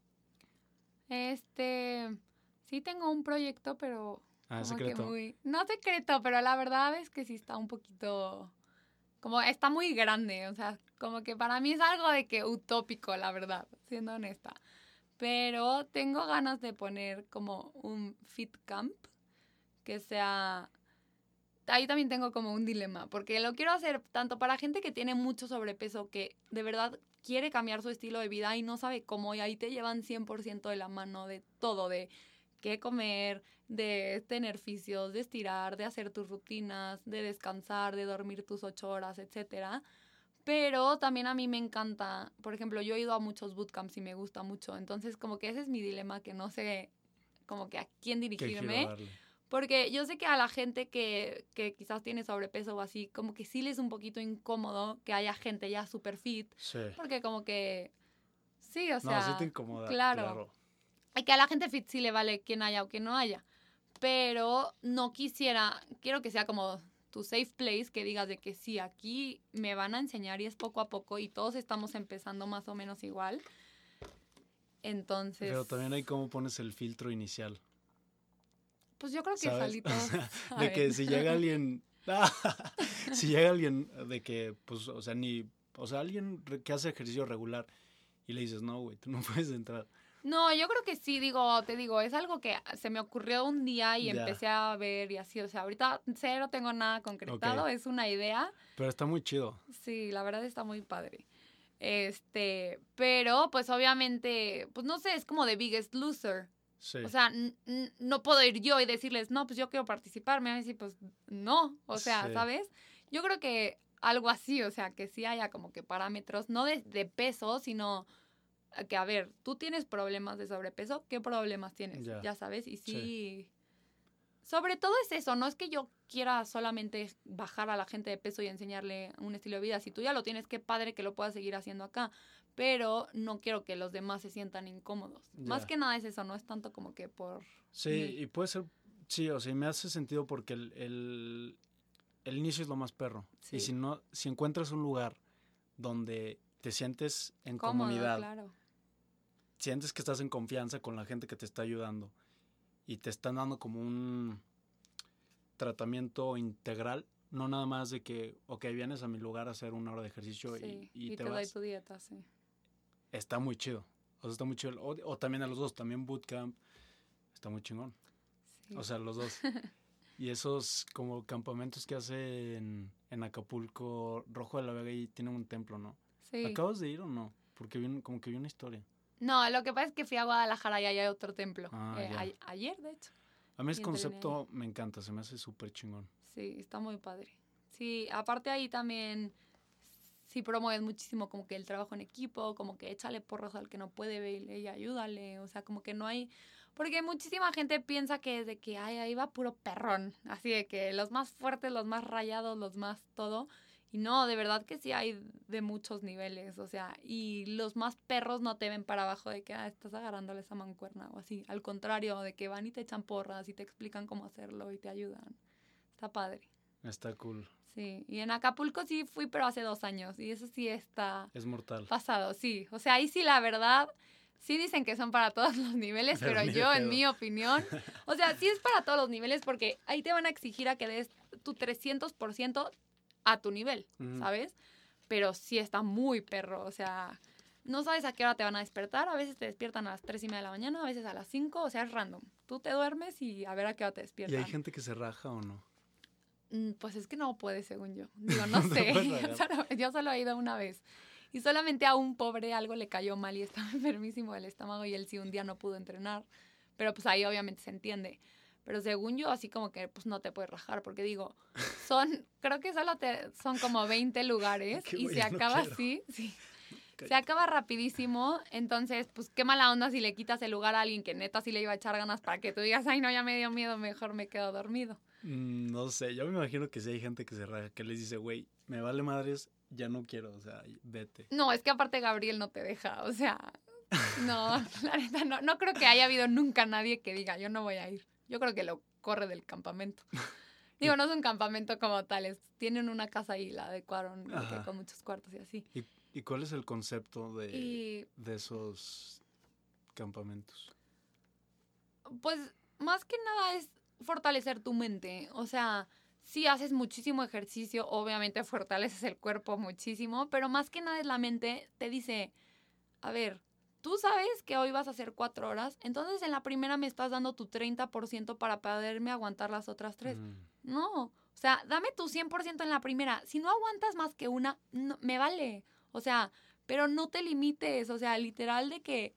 Este, sí tengo un proyecto, pero Ah, como que secreto. muy, no secreto, pero la verdad es que sí está un poquito como está muy grande, o sea, como que para mí es algo de que utópico, la verdad, siendo honesta. Pero tengo ganas de poner como un fit camp que sea... Ahí también tengo como un dilema, porque lo quiero hacer tanto para gente que tiene mucho sobrepeso, que de verdad quiere cambiar su estilo de vida y no sabe cómo, y ahí te llevan cien por ciento de la mano de todo, de qué comer, de tener fisios, de estirar, de hacer tus rutinas, de descansar, de dormir tus ocho horas, etcétera. Pero también a mí me encanta, por ejemplo, yo he ido a muchos bootcamps y me gusta mucho, entonces como que ese es mi dilema, que no sé como que a quién dirigirme. Porque yo sé que a la gente que, que quizás tiene sobrepeso o así, como que sí les es un poquito incómodo que haya gente ya super fit. Sí. Porque como que, sí, o sea... No, sí te incomoda, claro. claro. Y que a la gente fit sí le vale quien haya o quien no haya. Pero no quisiera, quiero que sea como tu safe place, que digas de que sí, aquí me van a enseñar y es poco a poco y todos estamos empezando más o menos igual. Entonces... Pero también hay cómo pones el filtro inicial. Pues yo creo que ¿sabes? solitos. O sea, de que si llega alguien, si llega alguien de que, pues, o sea, ni, o sea, alguien que hace ejercicio regular y le dices, no, güey, tú no puedes entrar. No, yo creo que sí, digo, te digo, es algo que se me ocurrió un día y Ya. empecé a ver y así, o sea, ahorita cero tengo nada concretado, Okay. Es una idea. Pero está muy chido. Sí, la verdad está muy padre. Este, pero pues obviamente, pues no sé, es como The Biggest Loser. Sí. O sea, n- n- no puedo ir yo y decirles, no, pues yo quiero participar. Me van a decir, pues no. O sea, Sí. ¿sabes? Yo creo que algo así, o sea, que sí haya como que parámetros, no de, de peso, sino que, a ver, tú tienes problemas de sobrepeso, ¿qué problemas tienes? Ya, ya sabes, y sí, sí. Sobre todo es eso, no es que yo quiera solamente bajar a la gente de peso y enseñarle un estilo de vida. Si tú ya lo tienes, qué padre que lo puedas seguir haciendo acá. Pero no quiero que los demás se sientan incómodos. Ya. Más que nada es eso, no es tanto como que por... Sí, mí. y puede ser, sí, o sea, me hace sentido porque el, el, el inicio es lo más perro. Sí. Y si no, si encuentras un lugar donde te sientes en Cómodo, comunidad, claro. sientes que estás en confianza con la gente que te está ayudando y te están dando como un tratamiento integral, no nada más de que, ok, vienes a mi lugar a hacer una hora de ejercicio Sí, y, y, y te, te vas. doy tu dieta, sí. Está muy chido. O sea, está muy chido. O, o también a los dos, también bootcamp, está muy chingón. Sí. O sea, los dos. Y esos como campamentos que hace en, en Acapulco, Rojo de la Vega, y tienen un templo, ¿no? Sí. ¿Acabas de ir o no? Porque vi, como que vi una historia. No, lo que pasa es que fui a Guadalajara y allá hay otro templo. Ah, eh, ya. a- ayer, de hecho. A mí ese Y entrené concepto me encanta, se me hace súper chingón. Sí, está muy padre. Sí, aparte ahí también sí promueven muchísimo como que el trabajo en equipo, como que échale porras al que no puede ver y ayúdale, o sea, como que no hay... Porque muchísima gente piensa que es de que ay, ahí va puro perrón, así de que los más fuertes, los más rayados, los más todo, y no, de verdad que sí hay de muchos niveles, o sea, y los más perros no te ven para abajo de que ah, estás agarrándole esa mancuerna o así, al contrario, de que van y te echan porras y te explican cómo hacerlo y te ayudan. Está padre. Está cool. Sí, y en Acapulco sí fui, pero hace dos años, y eso sí está... Es mortal. Pasado, sí. O sea, ahí sí la verdad, sí dicen que son para todos los niveles, pero, pero yo, en mi opinión, o sea, sí es para todos los niveles porque ahí te van a exigir a que des tu trescientos por ciento a tu nivel, uh-huh. ¿sabes? Pero sí está muy perro, o sea, no sabes a qué hora te van a despertar, a veces te despiertan a las tres y media de la mañana, a veces a las cinco, o sea, es random. Tú te duermes y a ver a qué hora te despiertan. ¿Y hay gente que se raja o no? Pues es que no puede, según yo. Digo, no sé. yo, solo, yo solo he ido una vez. Y solamente a un pobre algo le cayó mal y estaba enfermísimo del estómago y él sí un día no pudo entrenar. Pero pues ahí obviamente se entiende. Pero según yo, así como que pues no te puedes rajar. Porque digo, son, creo que solo te, son como veinte lugares y se acaba no así. Sí. Se acaba rapidísimo. Entonces, pues qué mala onda si le quitas el lugar a alguien que neta sí le iba a echar ganas para que tú digas, ay no, ya me dio miedo, mejor me quedo dormido. No sé, yo me imagino que sí hay gente que se raja, que les dice, güey, me vale madres, ya no quiero, o sea, vete. No, es que aparte Gabriel no te deja, o sea, no, la neta, no, no creo que haya habido nunca nadie que diga, yo no voy a ir. Yo creo que lo corre del campamento. Digo, no es un campamento como tal, es, tienen una casa ahí, la adecuaron con muchos cuartos y así. ¿Y, y cuál es el concepto de, y, de esos campamentos? Pues, más que nada es fortalecer tu mente, o sea, sí haces muchísimo ejercicio, obviamente fortaleces el cuerpo muchísimo, pero más que nada es la mente, te dice, a ver, tú sabes que hoy vas a hacer cuatro horas, entonces en la primera me estás dando tu treinta por ciento para poderme aguantar las otras tres. Mm. No, o sea, dame tu cien por ciento en la primera. Si no aguantas más que una, no, me vale. O sea, pero no te limites, o sea, literal de que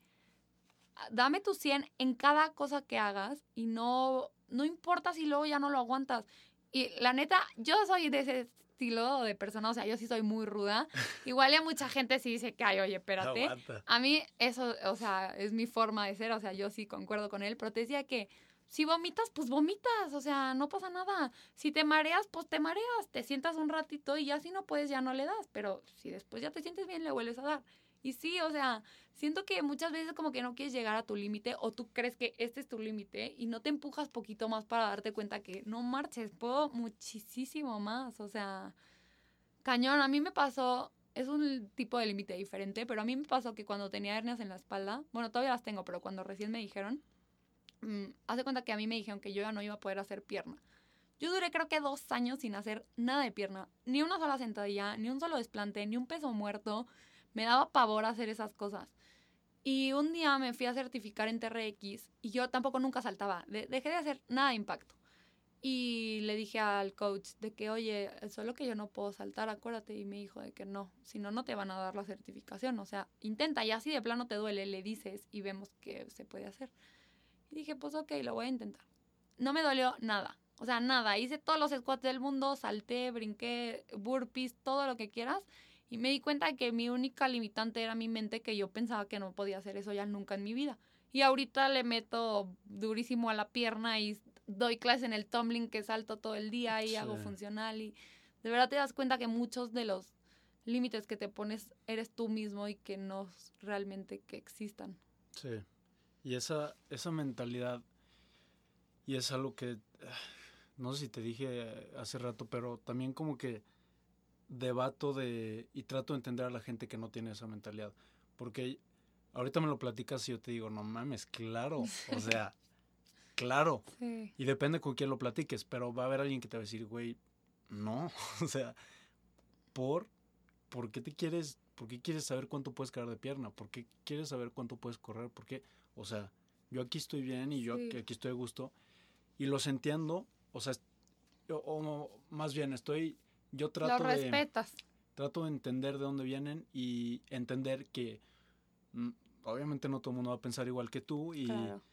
dame tu cien en cada cosa que hagas y no, no importa si luego ya no lo aguantas. Y la neta, yo soy de ese estilo de persona, o sea, yo sí soy muy ruda. Igual ya mucha gente sí dice que, ay, oye, espérate. Aguanta. A mí eso, o sea, es mi forma de ser, o sea, yo sí concuerdo con él, pero te decía que si vomitas, pues vomitas, o sea, no pasa nada. Si te mareas, pues te mareas, te sientas un ratito y ya si no puedes, ya no le das, pero si después ya te sientes bien, le vuelves a dar. Y sí, o sea, siento que muchas veces como que no quieres llegar a tu límite o tú crees que este es tu límite y no te empujas poquito más para darte cuenta que no marches, puedo muchísimo más, o sea, cañón. A mí me pasó, es un tipo de límite diferente, pero a mí me pasó que cuando tenía hernias en la espalda, bueno, todavía las tengo, pero cuando recién me dijeron, mmm, hace cuenta que a mí me dijeron que yo ya no iba a poder hacer pierna. Yo duré creo que dos años sin hacer nada de pierna, ni una sola sentadilla, ni un solo desplante, ni un peso muerto. Me daba pavor hacer esas cosas. Y un día me fui a certificar en T R X y yo tampoco nunca saltaba. De- dejé de hacer nada de impacto. Y le dije al coach de que, oye, solo que yo no puedo saltar, acuérdate. Y me dijo de que no, si no, no te van a dar la certificación. O sea, intenta y así de plano te duele, le dices y vemos qué se puede hacer. Y dije, pues ok, lo voy a intentar. No me dolió nada. O sea, nada. Hice todos los squats del mundo, salté, brinqué, burpees, todo lo que quieras. Y me di cuenta que mi única limitante era mi mente, que yo pensaba que no podía hacer eso ya nunca en mi vida. Y ahorita le meto durísimo a la pierna y doy clases en el tumbling que salto todo el día y sí. Hago funcional. Y de verdad te das cuenta que muchos de los límites que te pones eres tú mismo y que no realmente que existan. Sí. Y esa, esa mentalidad, y es algo que, no sé si te dije hace rato, pero también como que debato de y trato de entender a la gente que no tiene esa mentalidad, porque ahorita me lo platicas y yo te digo, no mames, claro, o sea, claro, sí. Y depende con quién lo platiques, pero va a haber alguien que te va a decir, güey, no, o sea, por, ¿por qué te quieres, por qué quieres saber cuánto puedes cargar de pierna? ¿Por qué quieres saber cuánto puedes correr? ¿Por qué? O sea, yo aquí estoy bien y yo sí. aquí, aquí estoy a gusto y los entiendo, o sea, o, o más bien estoy Yo trato Los respetas. de trato de entender de dónde vienen y entender que mm, obviamente no todo el mundo va a pensar igual que tú y claro.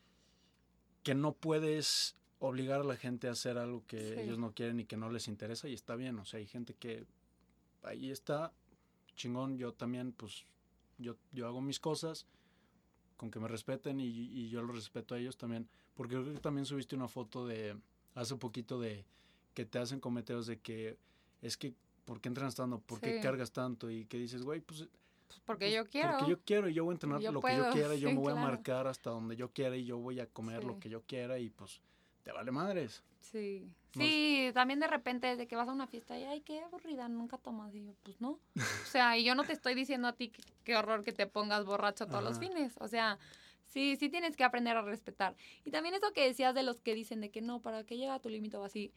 que no puedes obligar a la gente a hacer algo que sí. ellos no quieren y que no les interesa y está bien, o sea, hay gente que ahí está chingón, yo también pues yo, yo hago mis cosas con que me respeten y, y yo los respeto a ellos también, porque creo que también subiste una foto de hace poquito de que te hacen comentarios de que es que, ¿por qué entrenas tanto? ¿Por qué sí. cargas tanto? Y que dices, güey, pues... pues porque pues, yo quiero. Porque yo quiero y yo voy a entrenar yo lo puedo. que yo quiera y yo sí, me voy claro. a marcar hasta donde yo quiera y yo voy a comer sí. lo que yo quiera y pues te vale madres. Sí. No sí, también de repente desde que vas a una fiesta y, ay, qué aburrida, nunca tomas. Y yo, pues no. O sea, y yo no te estoy diciendo a ti que, qué horror que te pongas borracho todos Ajá. los fines. O sea... Sí, sí tienes que aprender a respetar. Y también eso que decías de los que dicen de que no, para que llegue a tu límite o así...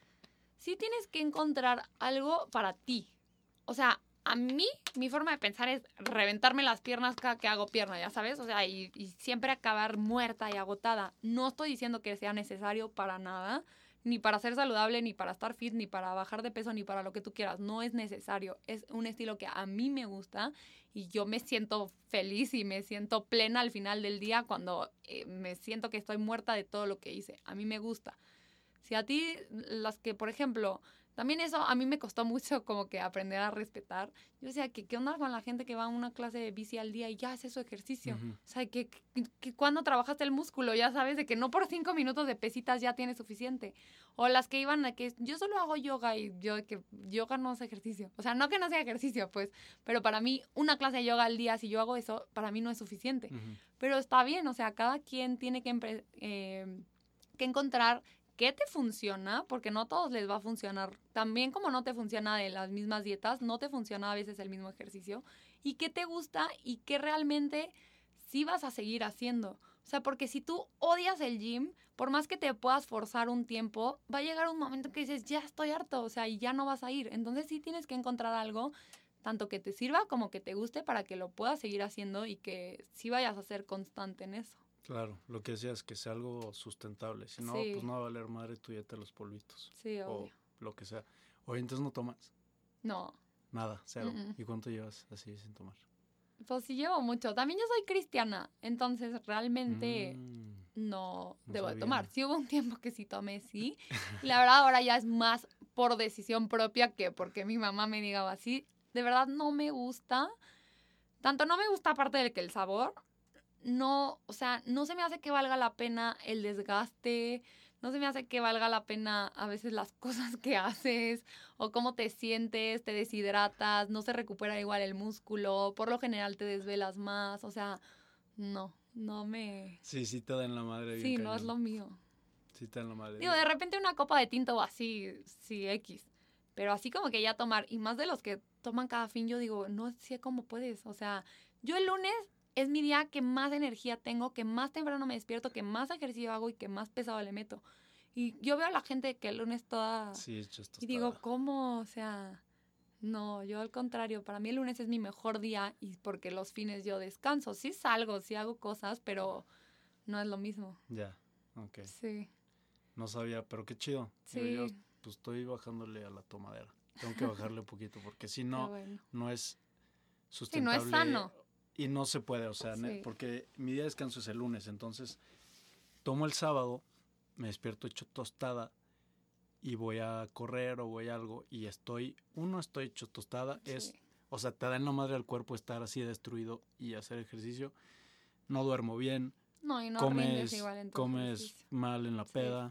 Sí tienes que encontrar algo para ti. O sea, a mí, mi forma de pensar es reventarme las piernas cada que hago pierna, ya sabes. O sea, y, y siempre acabar muerta y agotada. No estoy diciendo que sea necesario para nada, ni para ser saludable, ni para estar fit, ni para bajar de peso, ni para lo que tú quieras. No es necesario. Es un estilo que a mí me gusta y yo me siento feliz y me siento plena al final del día cuando eh, me siento que estoy muerta de todo lo que hice. A mí me gusta. Si a ti, las que, por ejemplo, también eso a mí me costó mucho como que aprender a respetar. Yo decía, que ¿qué onda con la gente que va a una clase de bici al día y ya hace su ejercicio? Uh-huh. O sea, que, que, que cuando trabajaste el músculo, ya sabes, de que no por cinco minutos de pesitas ya tienes suficiente. O las que iban a que yo solo hago yoga y yo que yoga no es ejercicio. O sea, no que no sea ejercicio, pues, pero para mí una clase de yoga al día, si yo hago eso, para mí no es suficiente. Uh-huh. Pero está bien, o sea, cada quien tiene que, empre- eh, que encontrar... ¿qué te funciona? Porque no a todos les va a funcionar. También como no te funciona de las mismas dietas, no te funciona a veces el mismo ejercicio. ¿Y qué te gusta y qué realmente sí vas a seguir haciendo? O sea, porque si tú odias el gym, por más que te puedas forzar un tiempo, va a llegar un momento que dices, ya estoy harto, o sea, y ya no vas a ir. Entonces sí tienes que encontrar algo, tanto que te sirva como que te guste para que lo puedas seguir haciendo y que sí vayas a ser constante en eso. Claro, lo que decías, que sea algo sustentable. Si no, Sí. pues no va a valer madre tuyete los polvitos. Sí, obvio. O lo que sea. Oye, entonces no tomas. No. Nada, cero. Mm-mm. ¿Y cuánto llevas así sin tomar? Pues sí llevo mucho. También yo soy cristiana, entonces realmente Mm, no, no debo de sabía. tomar. Sí hubo un tiempo que sí tomé, sí. Y la verdad ahora ya es más por decisión propia que porque mi mamá me diga así. De verdad no me gusta. Tanto no me gusta aparte de que el sabor, no, o sea, no se me hace que valga la pena el desgaste, no se me hace que valga la pena a veces las cosas que haces o cómo te sientes, te deshidratas, no se recupera igual el músculo, por lo general te desvelas más, o sea, no, no me... Sí, sí te dan la madre bien Sí, no cañón. es lo mío. Sí te dan la madre. Digo, de repente una copa de tinto o así, sí, X. Pero así como que ya tomar, y más de los que toman cada fin, yo digo, no sé cómo puedes. O sea, yo el lunes es mi día que más energía tengo, que más temprano me despierto, que más ejercicio hago y que más pesado le meto. Y yo veo a la gente que el lunes toda... Sí, hechos Y digo, ¿cómo? O sea, no, yo al contrario, para mí el lunes es mi mejor día y porque los fines yo descanso. Sí salgo, sí hago cosas, pero no es lo mismo. Ya, ok. Sí. No sabía, pero qué chido. Sí. Digo, yo pues estoy bajándole a la tomadera. Tengo que bajarle un poquito porque si no, bueno. no es Sí, sustentable. no es sano. Y no se puede, o sea, Sí. porque mi día de descanso es el lunes, entonces tomo el sábado, me despierto hecho tostada y voy a correr o voy a algo y estoy, uno, estoy hecho tostada, Sí. es, o sea, te da en la madre al cuerpo estar así destruido y hacer ejercicio, no duermo bien, No, y no comes, rindes igual en tu comes ejercicio. mal en la Sí. peda,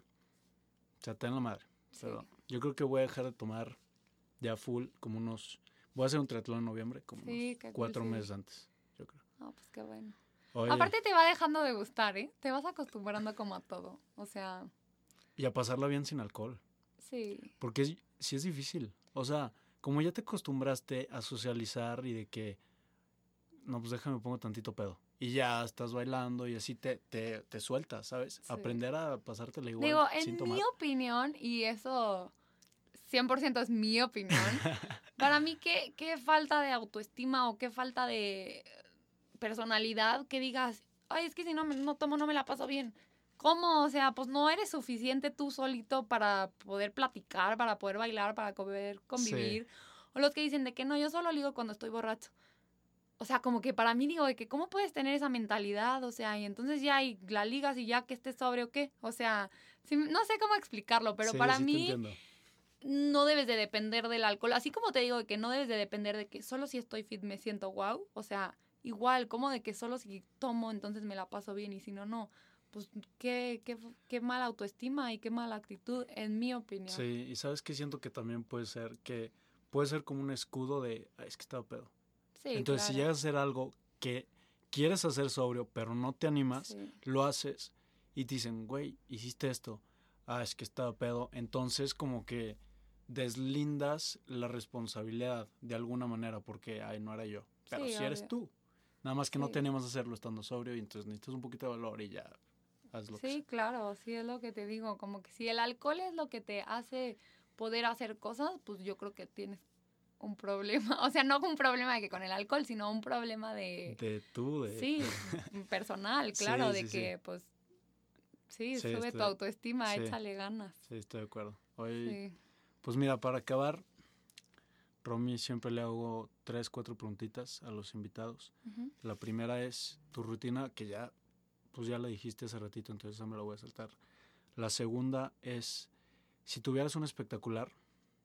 o sea, te da en la madre. Sí. Pero yo creo que voy a dejar de tomar ya full como unos, voy a hacer un triatlón en noviembre, como Sí, unos qué cool, cuatro sí. meses antes, yo creo. No, pues qué bueno. Oye, Aparte te va dejando de gustar, ¿eh? Te vas acostumbrando como a todo. O sea, y a pasarla bien sin alcohol. sí. Porque es, sí es difícil. O sea, como ya te acostumbraste a socializar y de que, no, pues déjame pongo tantito pedo. Y ya estás bailando y así te, te, te sueltas, ¿sabes? Sí. Aprender a pasártela igual Digo, sin en tomar. mi opinión, y eso cien por ciento es mi opinión, para mí qué, qué falta de autoestima o qué falta de personalidad que digas, ay, es que si no, me, no tomo no me la paso bien. ¿Cómo? O sea, pues no eres suficiente tú solito para poder platicar, para poder bailar, para poder convivir. Sí. O los que dicen de que no, yo solo ligo cuando estoy borracho. O sea, como que para mí digo de que cómo puedes tener esa mentalidad, o sea, y entonces ya y la ligas y ya que estés sobre o qué. O sea, sí, no sé cómo explicarlo, pero Sí, para sí te mí entiendo. no debes de depender del alcohol. Así como te digo de que no debes de depender de que solo si estoy fit me siento wow. O sea, igual, como de que solo si tomo entonces me la paso bien y si no, no. Pues qué, qué, qué mala autoestima y qué mala actitud, en mi opinión. Sí, y sabes que siento que también puede ser que puede ser como un escudo de, "Ay, es que estaba pedo". Sí, Entonces, si claro. llegas a hacer algo que quieres hacer sobrio, pero no te animas, Sí. lo haces y te dicen, güey, hiciste esto. Ah, es que estaba pedo. Entonces, como que deslindas la responsabilidad de alguna manera porque, ay, no era yo. Pero Sí, si eres obvio. tú. Nada más que no Sí. te animas a hacerlo estando sobrio y entonces necesitas un poquito de valor y ya haz lo que Sí, sea. claro, sí es lo que te digo, como que si el alcohol es lo que te hace poder hacer cosas, pues yo creo que tienes un problema, o sea, no un problema de que con el alcohol, sino un problema de, De tú, de... sí, personal, Sí, claro, de sí, sí. que pues, sí, Sí, sube tu estoy- autoestima, sí. échale ganas. Sí, estoy de acuerdo. Oye, Sí. pues mira, para acabar, Romy, siempre le hago tres, cuatro preguntitas a los invitados. Ujú. La primera es tu rutina, que ya, pues ya la dijiste hace ratito, entonces esa me la voy a saltar. La segunda es, si tuvieras un espectacular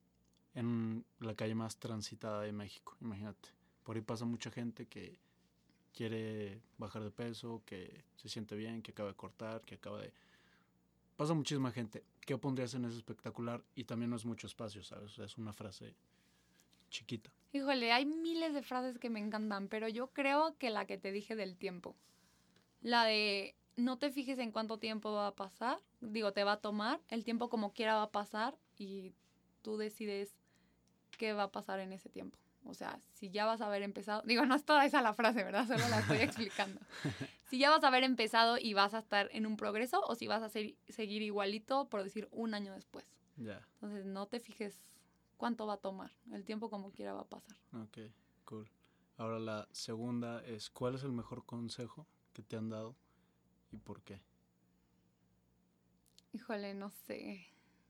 en la calle más transitada de México, imagínate. Por ahí pasa mucha gente que quiere bajar de peso, que se siente bien, que acaba de cortar, que acaba de... Pasa muchísima gente. ¿Qué pondrías en ese espectacular? Y también no es mucho espacio, ¿sabes? O sea, es una frase chiquita. Híjole, hay miles de frases que me encantan, pero yo creo que la que te dije del tiempo, la de no te fijes en cuánto tiempo va a pasar, digo, te va a tomar, el tiempo como quiera va a pasar y tú decides qué va a pasar en ese tiempo. O sea, si ya vas a haber empezado, digo, no es toda esa la frase, ¿verdad? Solo la estoy explicando. Si ya vas a haber empezado y vas a estar en un progreso o si vas a ser, seguir igualito, por decir, un año después. Ya. Yeah. Entonces, no te fijes cuánto va a tomar. El tiempo como quiera va a pasar. Ok, cool. Ahora la segunda es, ¿cuál es el mejor consejo que te han dado y por qué? Híjole, no sé.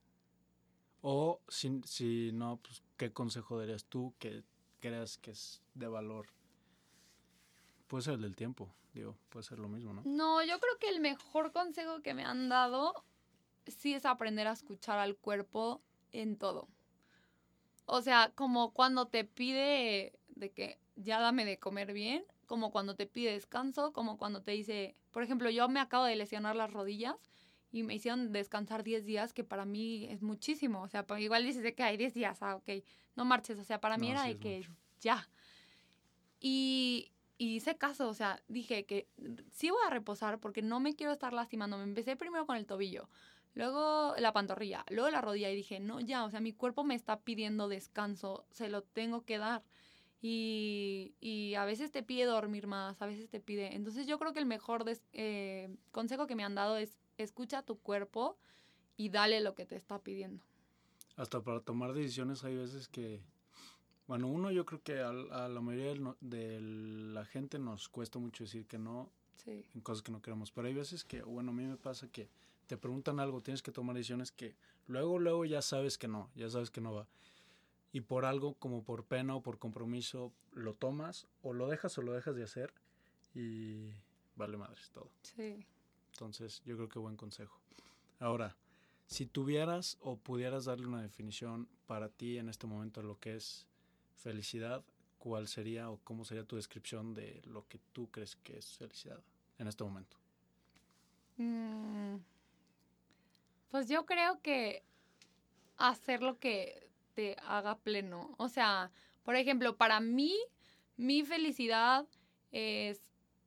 O si, si no, pues, ¿qué consejo darías tú que creas que es de valor? Puede ser el del tiempo, digo, puede ser lo mismo, ¿no? No, yo creo que el mejor consejo que me han dado sí es aprender a escuchar al cuerpo en todo. O sea, como cuando te pide de que ya dame de comer bien, como cuando te pide descanso, como cuando te dice, por ejemplo, yo me acabo de lesionar las rodillas y me hicieron descansar diez días, que para mí es muchísimo. O sea, igual dices de que hay diez días, ah, ok, no marches. O sea, para mí no, era sí de que mucho. ya. Y, y hice caso, o sea, dije que sí voy a reposar porque no me quiero estar lastimando. Me empecé primero con el tobillo, luego la pantorrilla, luego la rodilla y dije, no, ya, o sea, mi cuerpo me está pidiendo descanso, se lo tengo que dar. Y, y a veces te pide dormir más, a veces te pide... Entonces yo creo que el mejor des, eh, consejo que me han dado es escucha a tu cuerpo y dale lo que te está pidiendo. Hasta para tomar decisiones hay veces que... Bueno, uno, yo creo que a, a la mayoría de, no, de la gente nos cuesta mucho decir que no sí. en cosas que no queremos. Pero hay veces que, bueno, a mí me pasa que te preguntan algo, tienes que tomar decisiones que luego, luego ya sabes que no, ya sabes que no va. Y por algo, como por pena o por compromiso, lo tomas o lo dejas o lo dejas de hacer y vale madres todo. Sí. Entonces, yo creo que buen consejo. Ahora, si tuvieras o pudieras darle una definición para ti en este momento de lo que es felicidad, ¿cuál sería o cómo sería tu descripción de lo que tú crees que es felicidad en este momento? Mm, pues yo creo que hacer lo que te haga pleno. O sea, por ejemplo, para mí, mi felicidad es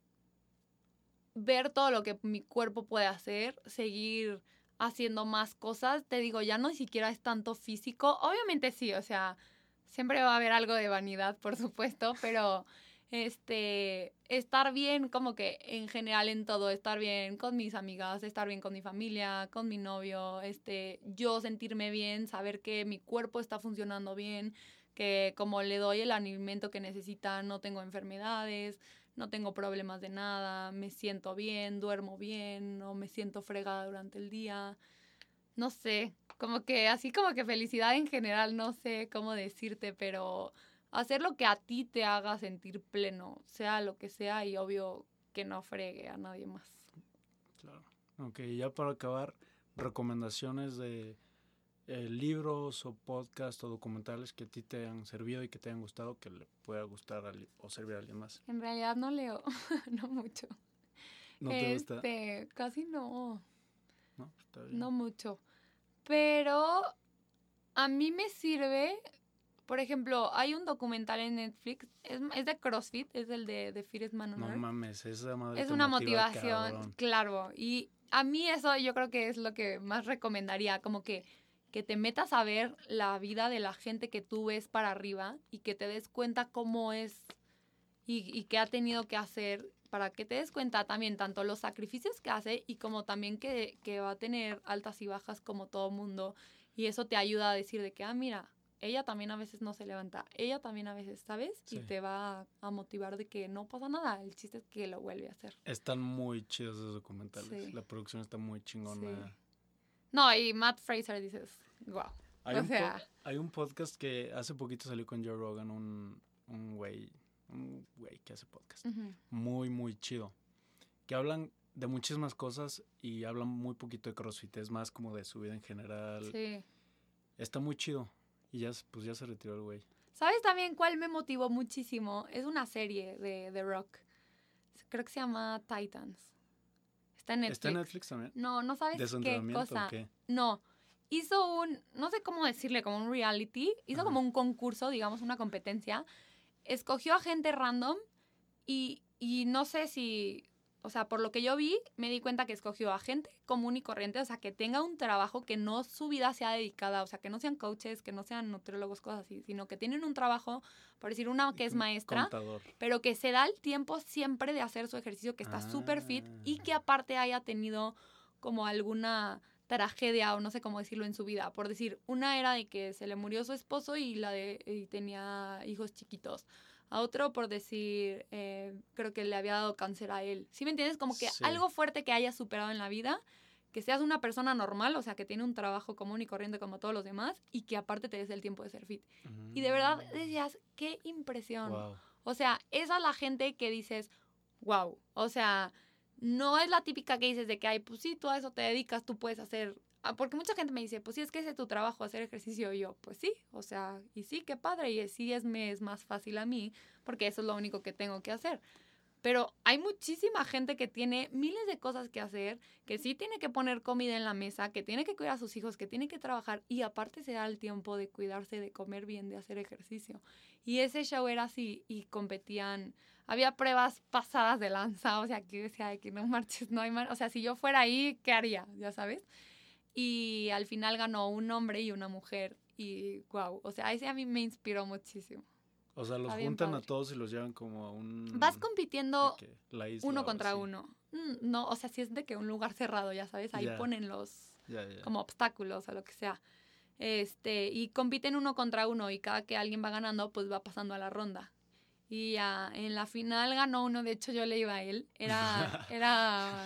ver todo lo que mi cuerpo puede hacer, seguir haciendo más cosas. Te digo, ya no siquiera es tanto físico. Obviamente sí, o sea, siempre va a haber algo de vanidad, por supuesto, pero este, estar bien como que en general en todo, estar bien con mis amigas, estar bien con mi familia, con mi novio, este, yo sentirme bien, saber que mi cuerpo está funcionando bien, que como le doy el alimento que necesita, no tengo enfermedades, no tengo problemas de nada, me siento bien, duermo bien, no me siento fregada durante el día. No sé, como que así como que felicidad en general, no sé cómo decirte, pero hacer lo que a ti te haga sentir pleno, sea lo que sea, y obvio que no fregue a nadie más. Claro. Ok, ya para acabar, recomendaciones de eh, libros o podcasts o documentales que a ti te han servido y que te hayan gustado, que le pueda gustar a, o servir a alguien más. En realidad no leo, no mucho. ¿No te este, gusta? Casi no. No, está bien. No mucho. Pero a mí me sirve, por ejemplo, hay un documental en Netflix, es, es de CrossFit, es el de, de Fittest Man on No Earth. mames, esa madre Es te una motiva, motivación, cabrón. claro. Y a mí eso yo creo que es lo que más recomendaría, como que, que te metas a ver la vida de la gente que tú ves para arriba y que te des cuenta cómo es y, y qué ha tenido que hacer, para que te des cuenta también tanto los sacrificios que hace y como también que, que va a tener altas y bajas como todo mundo. Y eso te ayuda a decir de que, ah, mira, ella también a veces no se levanta, ella también a veces, ¿sabes? Sí. Y te va a, a motivar de que no pasa nada, el chiste es que lo vuelve a hacer. Están muy chidos esos documentales, sí. La producción está muy chingona. Sí. No, y Matt Fraser dices, wow. Hay, o un sea... po- hay un podcast que hace poquito salió con Joe Rogan, un, un güey, un güey que hace podcast, uh-huh. muy, muy chido, que hablan de muchísimas cosas y hablan muy poquito de CrossFit, es más como de su vida en general. Sí. Está muy chido. Y ya, pues ya se retiró el güey. ¿Sabes también cuál me motivó muchísimo? Es una serie de The Rock. Creo que se llama Titans. Está en Netflix. ¿Está en Netflix también? No, no sabes ¿De su qué entrenamiento cosa. o qué? No. Hizo un, no sé cómo decirle, como un reality. Hizo Ajá. como un concurso, digamos, una competencia. Escogió a gente random y, y no sé si... o sea, por lo que yo vi, me di cuenta que escogió a gente común y corriente, o sea, que tenga un trabajo que no su vida sea dedicada, o sea, que no sean coaches, que no sean nutriólogos, cosas así, sino que tienen un trabajo, por decir, una que es maestra, Contador. pero que se da el tiempo siempre de hacer su ejercicio, que está súper Ah. fit y que aparte haya tenido como alguna tragedia o no sé cómo decirlo en su vida. Por decir, una era de que se le murió su esposo y, la de, y tenía hijos chiquitos. A otro por decir, eh, creo que le había dado cáncer a él. ¿Sí me entiendes? Como que Sí. algo fuerte que hayas superado en la vida, que seas una persona normal, o sea, que tiene un trabajo común y corriente como todos los demás y que aparte te des el tiempo de ser fit. Mm. Y de verdad decías, qué impresión. Wow. O sea, esa es la gente que dices, wow. O sea, no es la típica que dices de que, ay, pues sí, tú a eso te dedicas, tú puedes hacer... Porque mucha gente me dice, pues sí, es que ese es tu trabajo, hacer ejercicio. Y yo, pues sí, o sea, y sí, qué padre. Y sí, es, me es más fácil a mí, porque eso es lo único que tengo que hacer. Pero hay muchísima gente que tiene miles de cosas que hacer, que sí tiene que poner comida en la mesa, que tiene que cuidar a sus hijos, que tiene que trabajar y aparte se da el tiempo de cuidarse, de comer bien, de hacer ejercicio. Y ese show era así y competían... Había pruebas pasadas de lanza, o sea, que decía que no marches, no hay mar... O sea, si yo fuera ahí, ¿qué haría? Ya sabes. Y al final ganó un hombre y una mujer y wow, o sea, ese a mí me inspiró muchísimo. O sea, los juntan a todos y los llevan como a un... Vas compitiendo la isla uno contra uno. No, o sea, si es de que un lugar cerrado, ya sabes, ahí yeah. ponen los yeah, yeah. como obstáculos o lo que sea. Este, y compiten uno contra uno y cada que alguien va ganando, pues va pasando a la ronda. Y uh, en la final ganó uno, de hecho yo le iba a él, era, era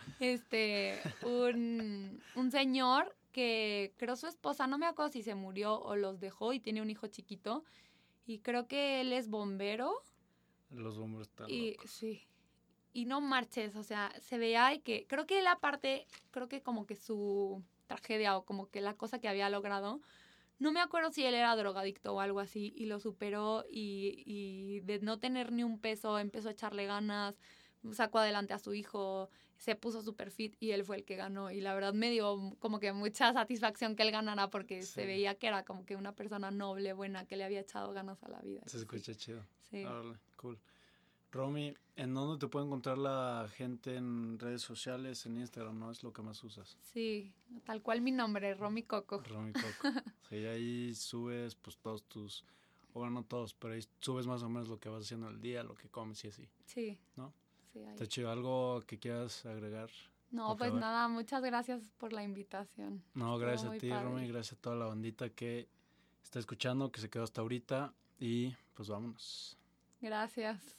este, un, un señor que creo su esposa, no me acuerdo si se murió o los dejó y tiene un hijo chiquito, y creo que él es bombero. Los bomberos están y, locos. Sí, y no marches, o sea, se veía que, creo que la parte, creo que como que su tragedia o como que la cosa que había logrado, no me acuerdo si él era drogadicto o algo así, y lo superó y, y de no tener ni un peso empezó a echarle ganas, sacó adelante a su hijo, se puso super fit y él fue el que ganó. Y la verdad me dio como que mucha satisfacción que él ganara porque sí. Se veía que era como que una persona noble, buena, que le había echado ganas a la vida. Se escucha sí. chido. Sí. Órale, cool. Romy, ¿en dónde te puede encontrar la gente en redes sociales, en Instagram, no es lo que más usas? Sí, tal cual mi nombre, Romy Coco. Romy Coco. Sí, ahí subes pues todos tus, o bueno, no todos, pero ahí subes más o menos lo que vas haciendo al día, lo que comes y así. Sí. ¿No? Sí, ahí. ¿Te chido algo que quieras agregar? No, pues favor? Nada, muchas gracias por la invitación. No, Estuvo gracias a ti, padre. Romy, gracias a toda la bandita que está escuchando, que se quedó hasta ahorita y pues vámonos. Gracias.